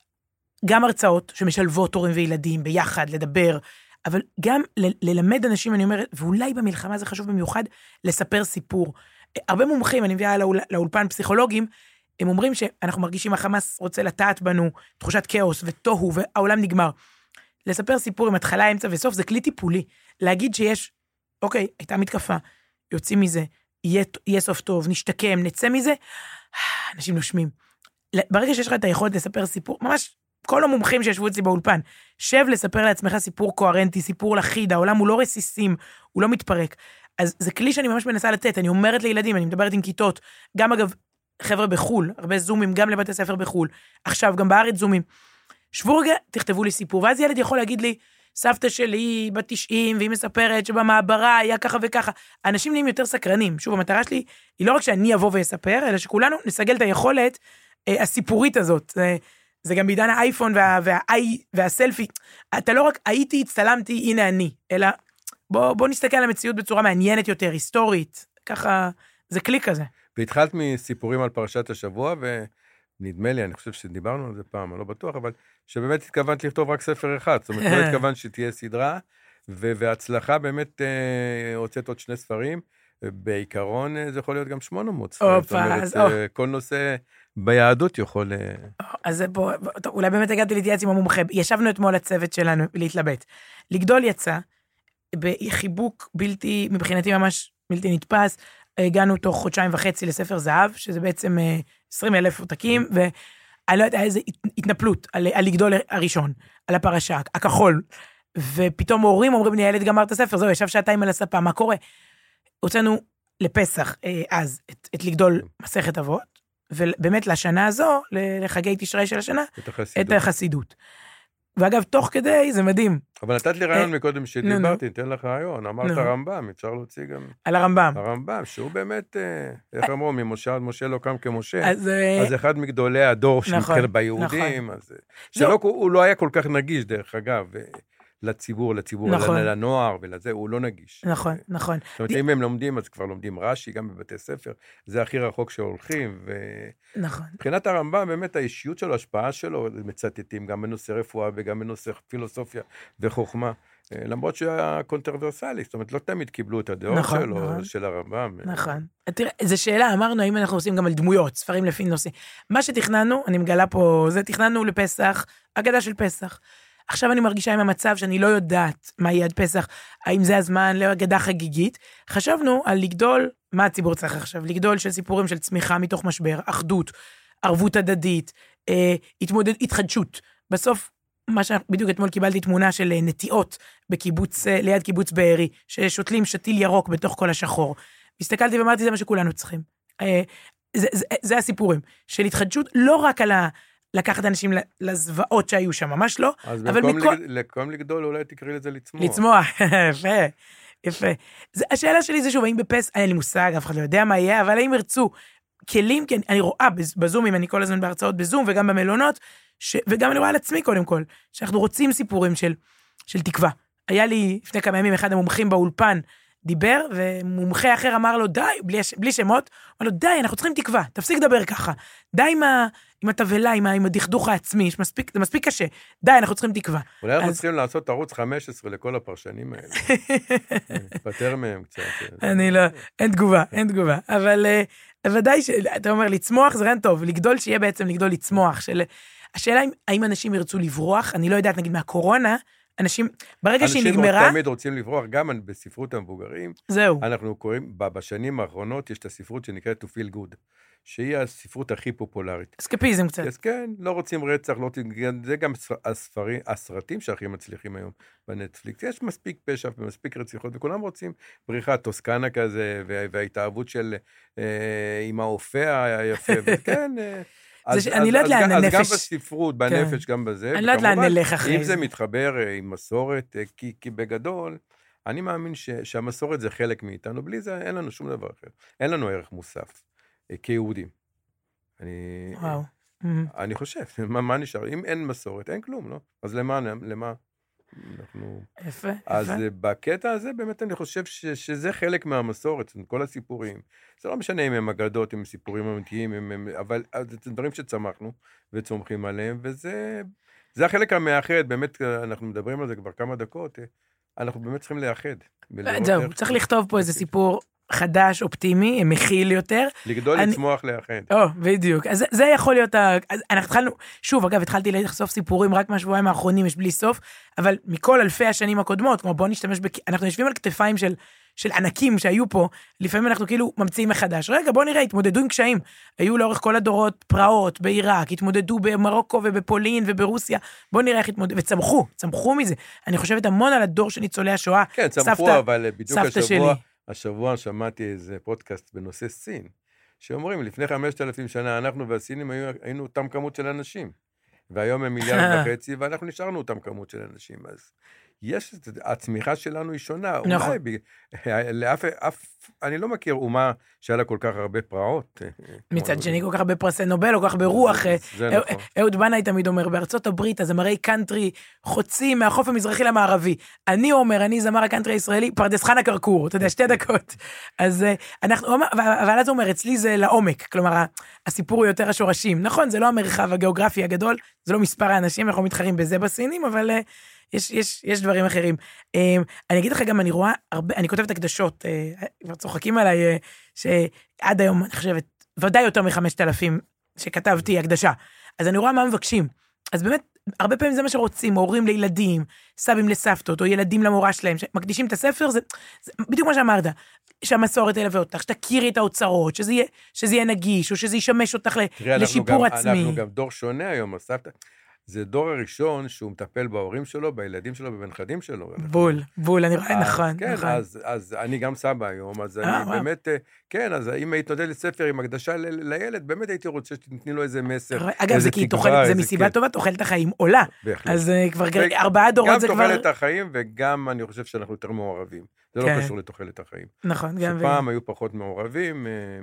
גם הרצאות שמשלבות הורים וילדים ביחד, לדבר, אבל גם ל- ללמד אנשים, אני אומרת, ואולי במלחמה זה חשוב במיוחד, לספר סיפור. הרבה מומחים, אני מביאה לאול, לאולפן פסיכולוגים, הם אומרים שאנחנו מרגישים החמאס רוצה לטעת בנו, תחושת כאוס ותוהו, והעולם נגמר. לספר סיפור עם התחלה, אמצע וסוף, זה כלי טיפולי. להגיד שיש, אוקיי, הייתה מתקפה, יוצאים מזה, יהיה, יהיה סוף טוב, נשתקם, נצא מזה, אנשים נושמים. ברגע שיש לך את היכולת לספר סיפור, ממש, כל המומחים שישבו אצלי באולפן, שב לספר לעצמך סיפור קוהרנטי, סיפור לחיד, העולם הוא לא רסיסים, הוא לא מתפרק. אז זה כלי שאני ממש מנסה לתת, אני אומרת לילדים, אני מדברת עם כיתות, גם אגב, חבר'ה בחול, הרבה זומים, גם לבתי ספר בחול, עכשיו גם בארץ זומים. שבו רגע, תכתבו לי סיפור, ואז ילד יכול להגיד לי, סבתא שלי בת תשעים, והיא מספרת שבמעברה היה ככה וככה. האנשים נהיים יותר סקרנים. שוב, המטרה שלי היא לא רק שאני אבוא ואספר, אלא שכולנו נסגל את היכולת אה, הסיפורית הזאת. זה, זה גם בעידן האייפון וה, והאי, והסלפי. אתה לא רק הייתי, הצטלמתי, הנה אני, אלא בוא, בוא נסתכל על המציאות בצורה מעניינת יותר, היסטורית. ככה, זה כלי כזה. והתחלת מסיפורים על פרשת השבוע, ונדמה לי, אני חושב שדיברנו על זה פעם, אני לא בטוח, אבל שבאמת התכוונת לכתוב רק ספר אחד, זאת אומרת, לא התכוונת שתהיה סדרה, והצלחה באמת הוצאת עוד שני ספרים, בעיקרון זה יכול להיות גם שמונה מאות ספרים, זאת אומרת, כל נושא ביהדות יכול... אז פה, אולי באמת הגעתי להתייעץ עם המומחה, ישבנו אתמול הצוות שלנו להתלבט. לגדול יצא, בחיבוק בלתי, מבחינתי ממש בלתי נתפס, הגענו תוך חודשיים וחצי לספר זהב, שזה בעצם עשרים אלף עותקים, ו... אני לא יודעת, היה איזו התנפלות על, על לגדול הראשון, על הפרשה, הכחול, ופתאום הורים אומרים לי, הילד גמר את הספר, זהו, ישב שעתיים על הספה, מה קורה? הוצאנו לפסח, אז, את, את לגדול מסכת אבות, ובאמת לשנה הזו, לחגי תשרי של השנה, את החסידות. את החסידות. ואגב, תוך כדי, זה מדהים. אבל נתת לי רעיון מקודם שדיברתי, ניתן לך רעיון, אמרת הרמב"ם, אפשר להוציא גם... על הרמב"ם. הרמב"ם, שהוא באמת, איך אמרו, ממשה עד משה לא קם כמשה, אז אחד מגדולי הדור שנתחל ביהודים, שהוא לא היה כל כך נגיש, דרך אגב, לציבור, לציבור, לנוער ולזה, הוא לא נגיש. נכון, נכון. זאת אומרת, אם הם לומדים, אז כבר לומדים רש"י, גם בבתי ספר, זה הכי רחוק שהולכים, נכון. מבחינת הרמב"ם, באמת האישיות שלו, ההשפעה שלו, מצטטים גם בנושא רפואה, וגם בנושא פילוסופיה וחוכמה, למרות שהיה קונטרוברסלי, זאת אומרת, לא תמיד קיבלו את הדעות נכון, שלו, נכון. של הרמב"ם. נכון. תראה, זו שאלה, אמרנו, האם אנחנו עושים גם על דמויות, ספרים לפי נושא. מה שתכננו, אני מגלה פה, זה תכננו לפסח, אגדה של פסח. עכשיו אני מרגישה עם המצב שאני לא יודעת מה יהיה עד פסח, האם זה הזמן לאגדה חגיגית. חשבנו על לגדול, מה הציבור צריך עכשיו? לגדול של סיפורים של צמיחה מתוך משבר, אחדות, ערבות הדדית, אה, התמודד, התחדשות. בסוף, מה שבדיוק אתמול קיבלתי תמונה של נטיעות בקיבוץ, ליד קיבוץ בארי, ששותלים שתיל ירוק בתוך כל השחור. הסתכלתי ואמרתי, זה מה שכולנו צריכים. אה, זה, זה, זה הסיפורים של התחדשות, לא רק על ה... לקחת אנשים לזוועות שהיו שם, ממש לא. אז במקום מכל... לג... לגדול, אולי תקראי לזה לצמוח. לצמוח, יפה, יפה. זה, השאלה שלי זה שוב, האם בפס, אין לי מושג, אף אחד לא יודע מה יהיה, אבל האם ירצו כלים, כי אני, אני רואה בזומים, אני כל הזמן בהרצאות בזום, וגם במלונות, ש... וגם אני רואה על עצמי קודם כל, שאנחנו רוצים סיפורים של, של תקווה. היה לי לפני כמה ימים אחד המומחים באולפן, דיבר, ומומחה אחר אמר לו, די, בלי, בלי שמות, אמר לו, די, אנחנו צריכים תקווה, תפסיק לדבר ככה, די עם, ה, עם התבלה, עם, ה, עם הדכדוך העצמי, מספיק, זה מספיק קשה, די, אנחנו צריכים תקווה. אולי אנחנו צריכים לעשות ערוץ חמש עשרה לכל הפרשנים האלה, פטר מהם קצת. אני לא, אין תגובה, אין תגובה, אבל ודאי שאתה אומר, לצמוח זה רעיון טוב, לגדול שיהיה בעצם לגדול לצמוח, של, השאלה האם אנשים ירצו לברוח, אני לא יודעת, נגיד מהקורונה, אנשים, ברגע שהיא נגמרה... אנשים תמיד רוצים לברוח, גם בספרות המבוגרים. זהו. אנחנו קוראים, בשנים האחרונות, יש את הספרות שנקראת To Feel Good, שהיא הספרות הכי פופולרית. אסקפיזם קצת. אז כן, לא רוצים רצח, לא רוצים... זה גם הספרים, הסרטים שהכי מצליחים היום בנטפליקס. יש מספיק פשע ומספיק רציחות, וכולם רוצים בריחת טוסקנה כזה, וההתאהבות של עם האופה היפה, וכן... אז, אני לא יודעת לאן אז הנפש... גם בספרות, בנפש, כן. גם בזה. אני לא יודעת לאן נלך אחרי זה. אם זה מתחבר עם מסורת, כי, כי בגדול, אני מאמין ש, שהמסורת זה חלק מאיתנו, בלי זה אין לנו שום דבר אחר. אין לנו ערך מוסף, כיהודים. אני, וואו. אני חושב, מה, מה נשאר? אם אין מסורת, אין כלום, לא? אז למה, למה? אנחנו... יפה, אז יפה. בקטע הזה, באמת אני חושב ש, שזה חלק מהמסורת, כל הסיפורים. זה לא משנה אם הם אגדות, אם הם סיפורים אמיתיים, הם, הם, אבל זה דברים שצמחנו וצומחים עליהם, וזה זה החלק המאחד, באמת אנחנו מדברים על זה כבר כמה דקות, אנחנו באמת צריכים לאחד. זהו, צריך לכתוב פה איזה סיפור חדש, אופטימי, מכיל יותר. לגדול, לצמוח, לאחד. או, בדיוק. אז זה יכול להיות, אנחנו התחלנו, שוב, אגב, התחלתי לחשוף סיפורים רק מהשבועיים האחרונים, יש בלי סוף, אבל מכל אלפי השנים הקודמות, כמו בוא נשתמש, אנחנו יושבים על כתפיים של, של ענקים שהיו פה, לפעמים אנחנו כאילו ממציאים מחדש. רגע, בוא נראה, התמודדו עם קשיים. היו לאורך כל הדורות פרעות בעיראק, התמודדו במרוקו ובפולין וברוסיה. בוא נראה איך התמודדו, וצמחו, צמחו מזה. אני חושבת המון על הדור של ניצולי השואה. כן, צמחו, סבתא, אבל בדיוק השבוע, השבוע שמעתי איזה פודקאסט בנושא סין, שאומרים, לפני חמשת אלפים שנה, אנחנו והסינים היו, היינו אותם כמות של אנשים, והיום הם מיליארד וחצי, ואנחנו נשארנו אותם כמות של אנשים, אז יש, הצמיחה שלנו היא שונה, נכון. אולי, לאף, אף, אני לא מכיר אומה שהיה לה כל כך הרבה פרעות. מצד שני, כל כך הרבה פרסי נובל, כל כך ברוח. אהוד בנאי תמיד אומר, בארצות הברית, הזמרי קאנטרי חוצים מהחוף המזרחי למערבי. אני אומר, אני זמר הקאנטרי הישראלי, פרדס חנה קרקור, אתה יודע, שתי דקות. אז אנחנו, אבל אז הוא אומר, אצלי זה לעומק, כלומר, הסיפור הוא יותר השורשים. נכון, זה לא המרחב הגיאוגרפי הגדול, זה לא מספר האנשים, אנחנו מתחרים בזה בסינים, אבל יש, יש, יש דברים אחרים. אני אגיד לך גם, אני רואה הרבה, אני כותבת הקדשות, כבר צוחקים עליי, שעד היום, אני חושבת, ודאי יותר מחמשת אלפים שכתבתי הקדשה. אז אני רואה מה מבקשים. אז באמת, הרבה פעמים זה מה שרוצים, הורים לילדים, סבים לסבתות, או ילדים למורה שלהם, שמקדישים את הספר, זה, זה בדיוק מה שאמרת, שהמסורת ילווה אותך, שתכירי את האוצרות, שזה יהיה, שזה יהיה נגיש, או שזה ישמש אותך תראה, לשיפור אנחנו עצמי. אנחנו גם דור שונה היום, הסבתא. זה דור הראשון שהוא מטפל בהורים שלו, בילדים שלו ובנכדים שלו. בול, בול, אני רואה, נכון, כן, נכון. אז, אז אני גם סבא היום, אז אני באמת, כן, אז אם היית נותן לי ספר עם הקדשה לילד, באמת הייתי רוצה שתתני לו איזה מסר, אגב, זה כי תאכלת, זה מסיבה טובה, תאכלת החיים עולה. אז כבר ארבעה דורות זה כבר... גם תאכלת החיים, וגם אני חושב שאנחנו יותר מעורבים. זה לא קשור לתאכלת החיים. נכון, גם... שפעם היו פחות מעורבים,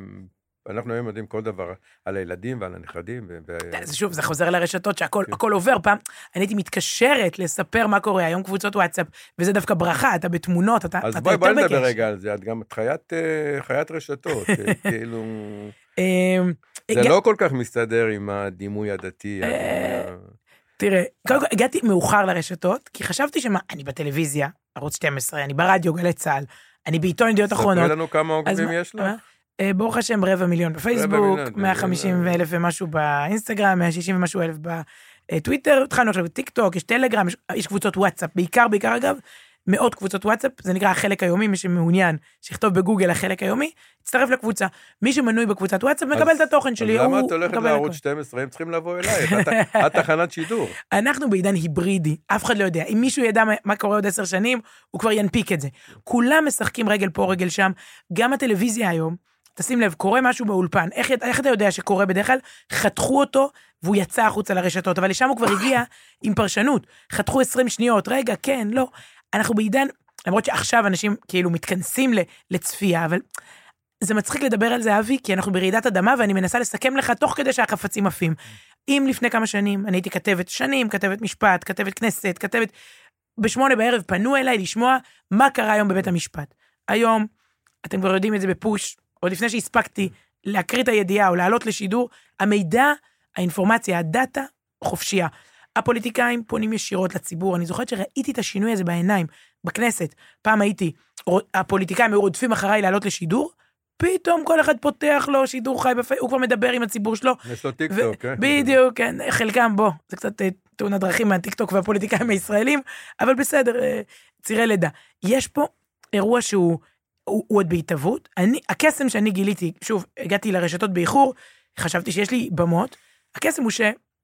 אנחנו היום יודעים כל דבר על הילדים ועל הנכדים. שוב, זה חוזר לרשתות שהכל עובר. פעם, אני הייתי מתקשרת לספר מה קורה, היום קבוצות וואטסאפ, וזה דווקא ברכה, אתה בתמונות, אתה יותר בקש. אז בואי נדבר רגע על זה, את גם חיית רשתות, כאילו... זה לא כל כך מסתדר עם הדימוי הדתי. תראה, קודם כל, הגעתי מאוחר לרשתות, כי חשבתי שמה, אני בטלוויזיה, ערוץ שתים עשרה, אני ברדיו, גלי צה"ל, אני בעיתון ידיעות אחרונות. ספרי לנו כמה עוקבים יש לך? ברוך השם, רבע מיליון בפייסבוק, מאה וחמישים אלף ומשהו באינסטגרם, מאה ושישים ומשהו אלף בטוויטר, התחלנו עכשיו בטיק טוק, יש טלגרם, יש קבוצות וואטסאפ, בעיקר, בעיקר אגב, מאות קבוצות וואטסאפ, זה נקרא החלק היומי, מי שמעוניין, שיכתוב בגוגל החלק היומי, יצטרף לקבוצה. מי שמנוי בקבוצת וואטסאפ מקבל את התוכן שלי. אז למה את הולכת לערוץ שתים עשרה, הם צריכים לבוא אליי, את תחנת שידור. אנחנו בעידן היברידי, אף אחד לא יודע, אם מישהו ידע מה קורה עוד עשר שנים, הוא כבר ינפיק את זה. כולם משחקים רגל פה, רגל שם, גם הטלוויזיה היום, תשים לב, קורה משהו באולפן, איך, איך אתה יודע שקורה בדרך כלל? חתכו אותו, והוא יצא החוצה לרשתות, אבל לשם הוא כבר הגיע עם פרשנות, חתכו עשרים שניות, רגע, כן, לא. אנחנו בעידן, למרות שעכשיו אנשים כאילו מתכנסים לצפייה, אבל זה מצחיק לדבר על זה, אבי, כי אנחנו ברעידת אדמה, ואני מנסה לסכם לך תוך כדי שהחפצים עפים. אם לפני כמה שנים, אני הייתי כתבת שנים, כתבת משפט, כתבת כנסת, כתבת, בשמונה בערב פנו אליי לשמוע מה קרה היום בבית המשפט. היום, אתם כבר יודעים את זה בפוש, עוד לפני שהספקתי להקריא את הידיעה או לעלות לשידור, המידע, האינפורמציה, הדאטה, חופשייה. הפוליטיקאים פונים ישירות לציבור, אני זוכרת שראיתי את השינוי הזה בעיניים, בכנסת, פעם הייתי, הפוליטיקאים היו רודפים אחריי לעלות לשידור, פתאום כל אחד פותח לו שידור חי בפייסבוק, הוא כבר מדבר עם הציבור שלו. יש לו טיקטוק, כן? בדיוק, כן, חלקם בו, זה קצת תאונת דרכים מהטיקטוק והפוליטיקאים הישראלים, אבל בסדר, צירי לידה. יש פה אירוע שהוא עוד בהתאבות, הקסם שאני גיליתי, שוב, הגעתי לרשתות באיחור, חשבתי שיש לי במות, הקסם הוא ש...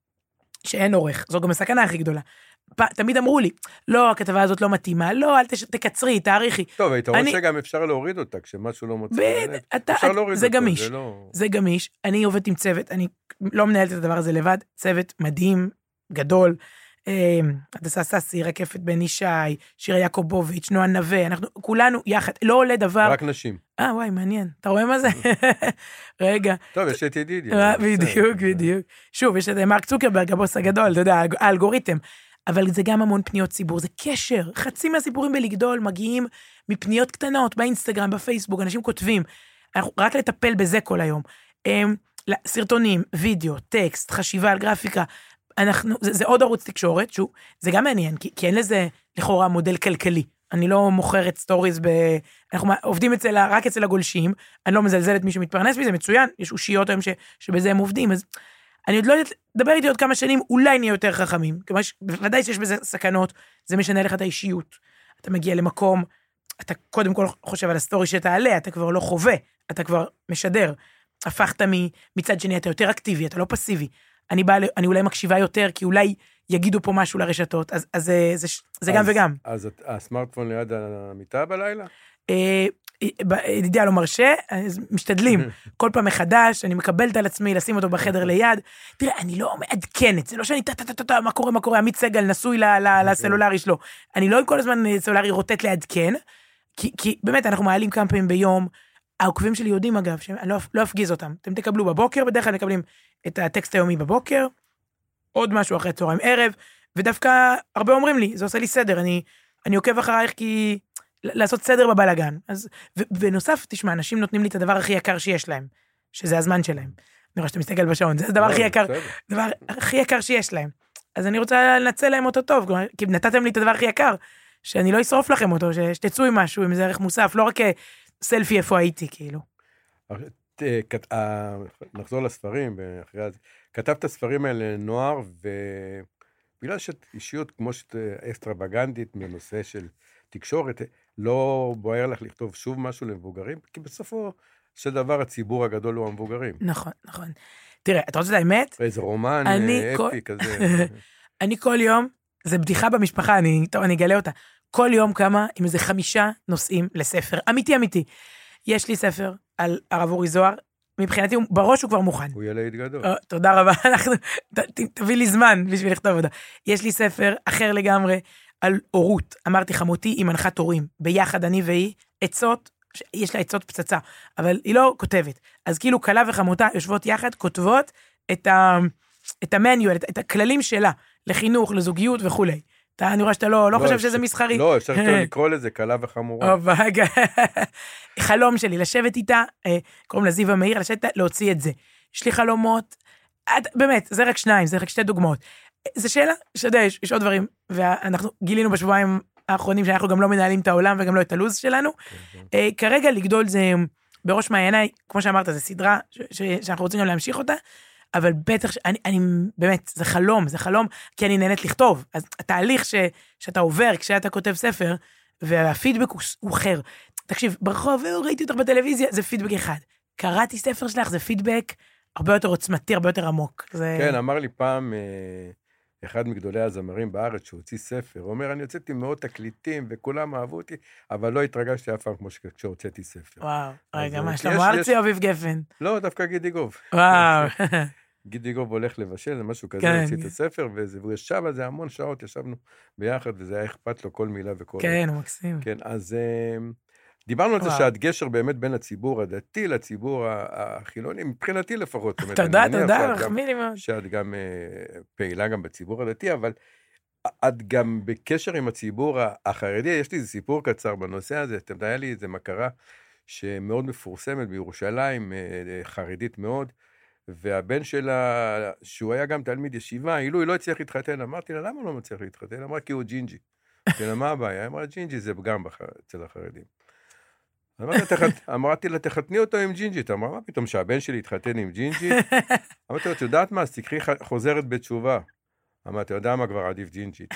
שאין עורך, זו גם הסכנה הכי גדולה. תמיד אמרו לי, לא, הכתבה הזאת לא מתאימה, לא, אל תקצרי, תאריכי. טוב, היית רואה שגם אפשר להוריד אותה, כשמשהו לא מוצא. אפשר להוריד אותה. זה גמיש, זה גמיש. אני עובדת עם צוות, אני לא מנהלת את הדבר הזה לבד, צוות מדהים, גדול, הדסה ססי, רקפת בן ישי, שירה יעקובוביץ', נועה נווה, אנחנו כולנו יחד, לא עולה דבר. רק נשים. אה, וואי, מעניין. אתה רואה מה זה? רגע. טוב, יש את ידידיה. בדיוק, בדיוק. שוב, יש את מרק צוקרברג, הבוס הגדול, אתה יודע, האלגוריתם. אבל זה גם המון פניות ציבור, זה קשר. חצי מהסיפורים בלגדול מגיעים מפניות קטנות, באינסטגרם, בפייסבוק, אנשים כותבים. אנחנו רק לטפל בזה כל היום. סרטונים, וידאו, טקסט, חשיבה על גרפיקה, אנחנו, זה, זה עוד ערוץ תקשורת, שהוא, זה גם מעניין, כי, כי אין לזה לכאורה מודל כלכלי. אני לא מוכרת סטוריז ב... אנחנו עובדים אצל, רק אצל הגולשים, אני לא מזלזלת מי שמתפרנס בזה, מצוין, יש אושיות היום ש, שבזה הם עובדים, אז אני עוד לא יודעת, דבר איתי עוד כמה שנים, אולי נהיה יותר חכמים, כמה ודאי שיש בזה סכנות, זה משנה לך את האישיות, אתה מגיע למקום, אתה קודם כל חושב על הסטורי שתעלה, אתה כבר לא חווה, אתה כבר משדר, הפכת מצד שני, אתה יותר אקטיבי, אתה לא פסיבי, אני באה, אני אולי מקשיבה יותר, כי אולי יגידו פה משהו לרשתות, אז, אז זה, זה, זה גם וגם. אז הסמארטפון ליד המיטה בלילה? ידידיה לא מרשה, אז משתדלים. כל פעם מחדש, אני מקבלת על עצמי, לשים אותו בחדר ליד. תראה, אני לא מעדכנת, זה לא שאני, טה-טה-טה, מה קורה, מה קורה, עמית סגל נשוי לסלולרי שלו. אני לא כל הזמן סלולרי רוטט לעדכן, כי באמת אנחנו מעלים כמה פעמים ביום, העוקבים שלי יודעים אגב, שאני לא אפגיז אותם. אתם תקבלו בבוקר, בדרך כלל מקבלים את הטקסט היומי בבוקר, עוד משהו אחרי צהריים ערב, ודווקא הרבה אומרים לי, זה עושה לי סדר, אני, אני עוקב אחרייך כי לעשות סדר בבלגן. אז, ובנוסף, תשמע, אנשים נותנים לי את הדבר הכי יקר שיש להם, שזה הזמן שלהם. אני רואה שאתה מסתכל בשעון, זה הדבר הכי יקר, הדבר הכי יקר שיש להם. אז אני רוצה לנצל להם אותו טוב, כי נתתם לי את הדבר הכי יקר, שאני לא אשרוף לכם אותו, שתצאו עם משהו, עם איזה ערך מוסף, לא רק סלפי איפה הייתי, כאילו. נחזור לספרים, כתבת ספרים האלה נוער, ובגלל שאת אישיות כמו שאת אסטרווגנדית בנושא של תקשורת, לא בוער לך לכתוב שוב משהו למבוגרים, כי בסופו של דבר הציבור הגדול הוא המבוגרים. נכון, נכון. תראה, אתה רוצה את האמת? איזה רומן אפי כזה. אני כל יום, זה בדיחה במשפחה, אני, טוב, אני אגלה אותה. כל יום כמה עם איזה חמישה נושאים לספר, אמיתי אמיתי. יש לי ספר על הרב אורי זוהר, מבחינתי בראש הוא כבר מוכן. הוא ילד גדול. תודה רבה, תביא לי זמן בשביל לכתוב אותה. יש לי ספר אחר לגמרי על הורות, אמרתי חמותי היא מנחת הורים, ביחד אני והיא, עצות, יש לה עצות פצצה, אבל היא לא כותבת. אז כאילו כלה וחמותה יושבות יחד, כותבות את ה, את המניואל, את, את הכללים שלה, לחינוך, לזוגיות וכולי. אתה, אני רואה שאתה לא, לא חושב שזה מסחרי. לא, אפשר לקרוא לזה קלה וחמורה. חלום שלי, לשבת איתה, קוראים לה זיווה מאיר, לשבת איתה, להוציא את זה. יש לי חלומות, באמת, זה רק שניים, זה רק שתי דוגמאות. זו שאלה, שאתה יודע, יש, יש עוד דברים, ואנחנו גילינו בשבועיים האחרונים שאנחנו גם לא מנהלים את העולם וגם לא את הלוז שלנו. אה, כרגע לגדול זה בראש מעייניי, כמו שאמרת, זו סדרה ש, ש, שאנחנו רוצים גם להמשיך אותה, אבל בטח, אני, אני באמת, זה חלום, זה חלום, כי אני נהנית לכתוב. אז התהליך ש, שאתה עובר כשאתה כותב ספר, והפידבק הוא, הוא אחר. תקשיב, ברחוב, ראיתי אותך בטלוויזיה, זה פידבק אחד. קראתי ספר שלך, זה פידבק הרבה יותר עוצמתי, הרבה יותר עמוק. זה... כן, אמר לי פעם, אחד מגדולי הזמרים בארץ שהוציא ספר, הוא אומר, אני הוצאתי מאות תקליטים, וכולם אהבו אותי, אבל לא התרגשתי אף פעם כמו כשהוצאתי ספר. וואו, רגע, מה, שלמה ארצי או אביב גפן? לא, דווקא גידי גוב. וואו. גידי גוב הולך לבשל, זה משהו כזה, כן. הוציא את הספר, והוא ישב על זה המון שעות, ישבנו ביחד, וזה היה אכפת לו כל מילה וכל... כן, הוא מקסים. כן, אז דיברנו על זה שאת גשר באמת בין הציבור הדתי לציבור החילוני, מבחינתי לפחות. תודה, תודה, מחמיא לי מאוד. שאת גם פעילה גם בציבור הדתי, אבל את גם בקשר עם הציבור החרדי, יש לי איזה סיפור קצר בנושא הזה, אתם יודע לי איזה מכרה שמאוד מפורסמת בירושלים, חרדית מאוד, והבן שלה, שהוא היה גם תלמיד ישיבה, אילו היא לא הצליח להתחתן, אמרתי לה, למה הוא לא מצליח להתחתן? אמרה, כי הוא ג'ינג'י. אמרתי, מה הבעיה? אמרה, ג'ינג'י זה גם אצל החרדים. אמרתי לה, תחתני אותו עם ג'ינג'ית. אמרה, מה פתאום שהבן שלי התחתן עם ג'ינג'ית? אמרתי לה, את יודעת מה? אז תקחי חוזרת בתשובה. אמרתי, אתה יודע מה כבר עדיף ג'ינג'ית.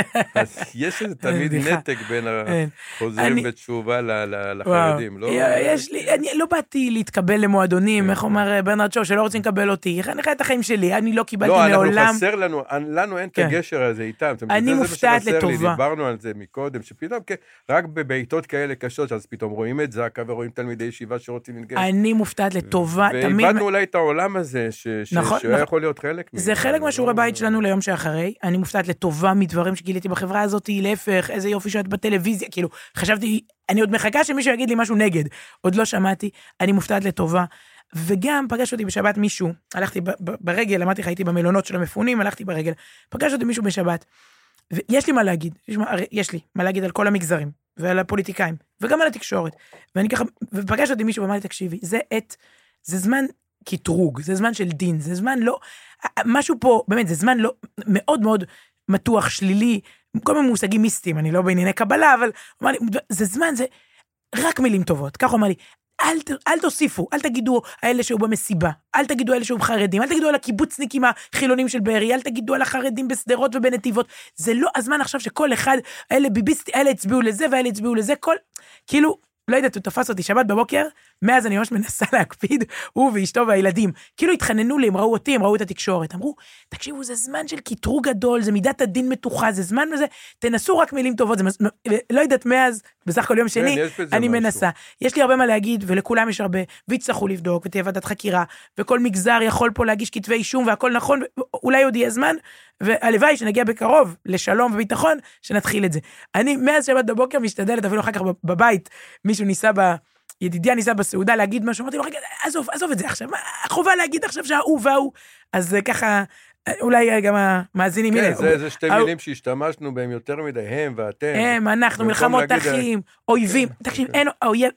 אז יש איזה תמיד נתק בין החוזרים בתשובה לחרדים, לא? יש לי, אני לא באתי להתקבל למועדונים, איך אומר ברנרד שו, שלא רוצים לקבל אותי, אני חי את החיים שלי, אני לא קיבלתי מעולם. לא, אנחנו חסר לנו, לנו אין את הגשר הזה איתם. אני מופתעת לטובה. דיברנו על זה מקודם, שפתאום רק בבעיתות כאלה קשות, אז פתאום רואים את זקה ורואים תלמידי ישיבה שרוצים להתגייס. אני מופתעת לטובה. ואיבדנו אולי את העולם הזה, שהיה יכול להיות חלק. זה חלק מהשיעורי בית שלנו ליום שאחרי. אני מופתעת לטובה מדברים שגיליתי בחברה הזאת, להפך, איזה יופי שאת בטלוויזיה, כאילו, חשבתי, אני עוד מחכה שמישהו יגיד לי משהו נגד, עוד לא שמעתי, אני מופתעת לטובה, וגם פגש אותי בשבת מישהו, הלכתי ברגל, אמרתי לך, הייתי במלונות של המפונים, הלכתי ברגל, פגש אותי מישהו בשבת, ויש לי מה להגיד, יש, יש לי מה להגיד על כל המגזרים, ועל הפוליטיקאים, וגם על התקשורת, ואני ככה, ופגש אותי מישהו, ואמר לי, תקשיבי, זה עת, זה זמן כתרוג, זה זמן של דין, זה זמן לא, משהו פה, באמת, זה זמן לא, מאוד מאוד מתוח, שלילי, כל מיני מושגים מיסטיים, אני לא בענייני קבלה, אבל אמר לי, זה זמן, זה רק מילים טובות, כך הוא אמר לי, אל, אל תוסיפו, אל תגידו האלה שהוא במסיבה, אל תגידו האלה שהוא חרדים, אל תגידו על הקיבוצניקים החילונים של בארי, אל תגידו על החרדים בסדרות ובנתיבות, זה לא הזמן עכשיו שכל אחד, האלה ביביסטי, האלה הצביעו לזה והאלה הצביעו לזה, כל, כאילו, לא יודעת, הוא תפס אותי שבת בבוקר, מאז אני ממש מנסה להקפיד, הוא ואשתו והילדים, כאילו התחננו לי, הם ראו אותי, הם ראו את התקשורת, אמרו, תקשיבו, זה זמן של קיטרוג גדול, זה מידת הדין מתוחה, זה זמן וזה, תנסו רק מילים טובות, זה, לא יודעת, מאז, בסך כל יום שני, אני מנסה. יש לי הרבה מה להגיד, ולכולם יש הרבה, ויצטרכו לבדוק, ותהיה ועדת חקירה, וכל מגזר יכול פה להגיש כתבי אישום, והכל נכון, אולי עוד יהיה זמן, והלוואי שנגיע בקרוב לשלום וביטחון, שנתחיל את זה. אני מאז שבת בבוקר משתדלת, אפילו אחר כך בבית, מישהו ניסה ב... ידידיה ניסה בסעודה להגיד משהו, אמרתי לו, רגע, עזוב, עזוב את זה עכשיו, חובה להגיד עכשיו שההוא וההוא, אז ככה, אולי גם המאזינים, כן, זה, זה שתי מילים שהשתמשנו בהם יותר מדי, הם ואתם. הם, אנחנו, מלחמות אחים, אויבים, תקשיב, אין,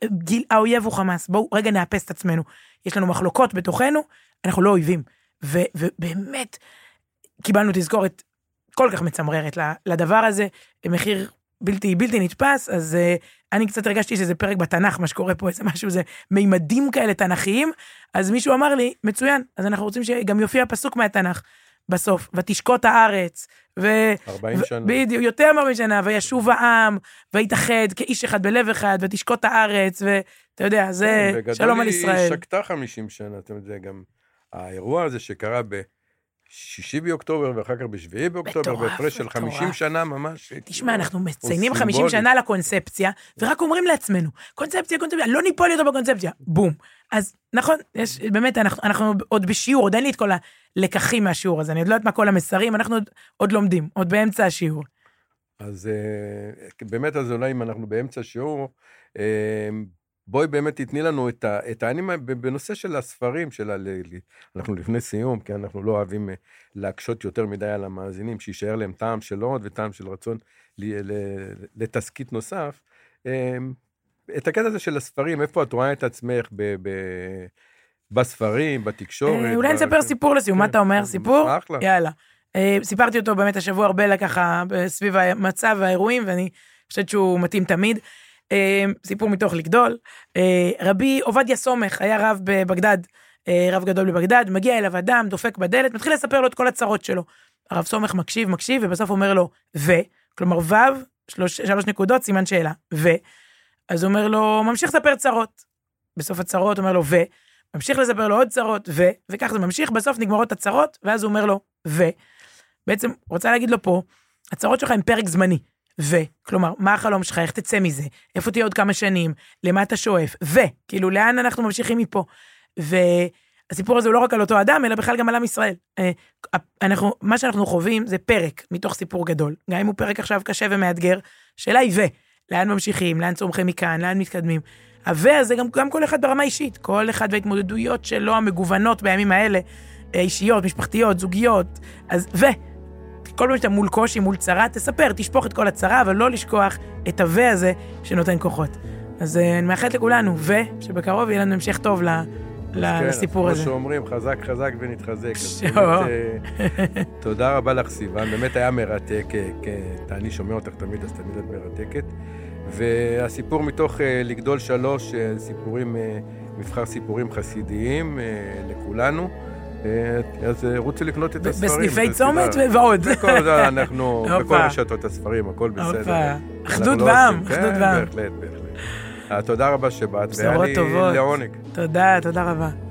האויב הוא חמאס, בואו רגע נאפס את עצמנו, יש לנו מחלוקות בתוכנו, אנחנו לא אויבים, ובאמת, קיבלנו תזכורת כל כך מצמררת לדבר הזה, מחיר בלתי, בלתי נתפס, אז uh, אני קצת הרגשתי שזה פרק בתנ"ך, מה שקורה פה, איזה משהו, זה מימדים כאלה תנ"כיים, אז מישהו אמר לי, מצוין, אז אנחנו רוצים שגם יופיע פסוק מהתנ"ך, בסוף, ותשקוט הארץ, ו... ארבעים שנה. בדיוק, יותר מ-ארבעים שנה, וישוב העם, ויתאחד כאיש אחד בלב אחד, ותשקוט הארץ, ואתה יודע, זה כן, שלום על ישראל. היא שקטה חמישים שנה, אתם יודעים, גם האירוע הזה שקרה ב... שישי באוקטובר, ואחר כך בשביעי באוקטובר, בהפרש של חמישים שנה ממש. תשמע, אנחנו מציינים חמישים שנה לקונספציה, ורק אומרים לעצמנו, קונספציה, קונספציה, לא ניפול יותר בקונספציה, בום. אז נכון, יש, באמת, אנחנו, אנחנו עוד בשיעור, עוד אין לי את כל הלקחים מהשיעור הזה, אני עוד לא יודעת מה כל המסרים, אנחנו עוד, עוד לומדים, עוד באמצע השיעור. אז באמת, אז אולי אם אנחנו באמצע השיעור, בואי באמת תתני לנו את ה... את האנימה בנושא של הספרים, של ה... אנחנו לפני סיום, כי אנחנו לא אוהבים להקשות יותר מדי על המאזינים, שישאר להם טעם של עוד וטעם של רצון לתסקית נוסף. את הקטע הזה של הספרים, איפה את רואה את עצמך ב... ב... בספרים, בתקשורת? אולי נספר סיפור לסיום, מה אתה אומר? סיפור? יאללה. סיפרתי אותו באמת השבוע הרבה לככה, סביב המצב והאירועים, ואני חושבת שהוא מתאים תמיד. סיפור מתוך לגדול. רבי עובדיה סומך היה רב בבגדד, רב גדול בבגדד, מגיע אליו אדם, דופק בדלת, מתחיל לספר לו את כל הצרות שלו. הרב סומך מקשיב, מקשיב, ובסוף אומר לו, ו, כלומר וו, שלוש, שלוש נקודות, סימן שאלה, ו, אז הוא אומר לו, ממשיך לספר צרות. בסוף הצרות אומר לו, ו, ממשיך לספר לו עוד צרות, ו, וכך זה ממשיך, בסוף נגמרות הצרות, ואז הוא אומר לו, ו, בעצם רוצה להגיד לו פה, הצרות שלך הם פרק זמני, ו, כלומר, מה החלום שלך, איך תצא מזה, איפה תהיה עוד כמה שנים, למה אתה שואף, ו, כאילו, לאן אנחנו ממשיכים מפה, והסיפור הזה הוא לא רק על אותו אדם, אלא בכלל גם על עם ישראל. אנחנו, מה שאנחנו חווים זה פרק מתוך סיפור גדול, גם אם הוא פרק עכשיו קשה ומאתגר, שאלה היא ו, לאן ממשיכים, לאן צומחים מכאן, לאן מתקדמים, הווה הזה גם, גם כל אחד ברמה אישית, כל אחד וההתמודדויות שלו המגוונות בימים האלה, אישיות, משפחתיות, זוגיות, אז ו, כל פעם שאתה מול קושי, מול צרה, תספר, תשפוך את כל הצרה, אבל לא לשכוח את הווה הזה שנותן כוחות. אז אני מאחלת לכולנו, ו, שבקרוב יהיה לנו המשך טוב לסיפור הזה. כמו שאומרים, חזק חזק ונתחזק. תודה רבה לך סיוון, באמת היה מרתק, אני שומע אותך תמיד, אז תמיד את מרתקת. והסיפור מתוך לגדול שלוש, סיפורים, מבחר סיפורים חסידיים לכולנו. אז רוצי לקנות את הספרים. בסניפי צומת ועוד. אנחנו, בכל רשתות הספרים, הכל בסדר. אחדות בעם, אחדות בעם. בהחלט, בהחלט. תודה רבה שבאת, בשורות טובות. לעונג. תודה, תודה רבה.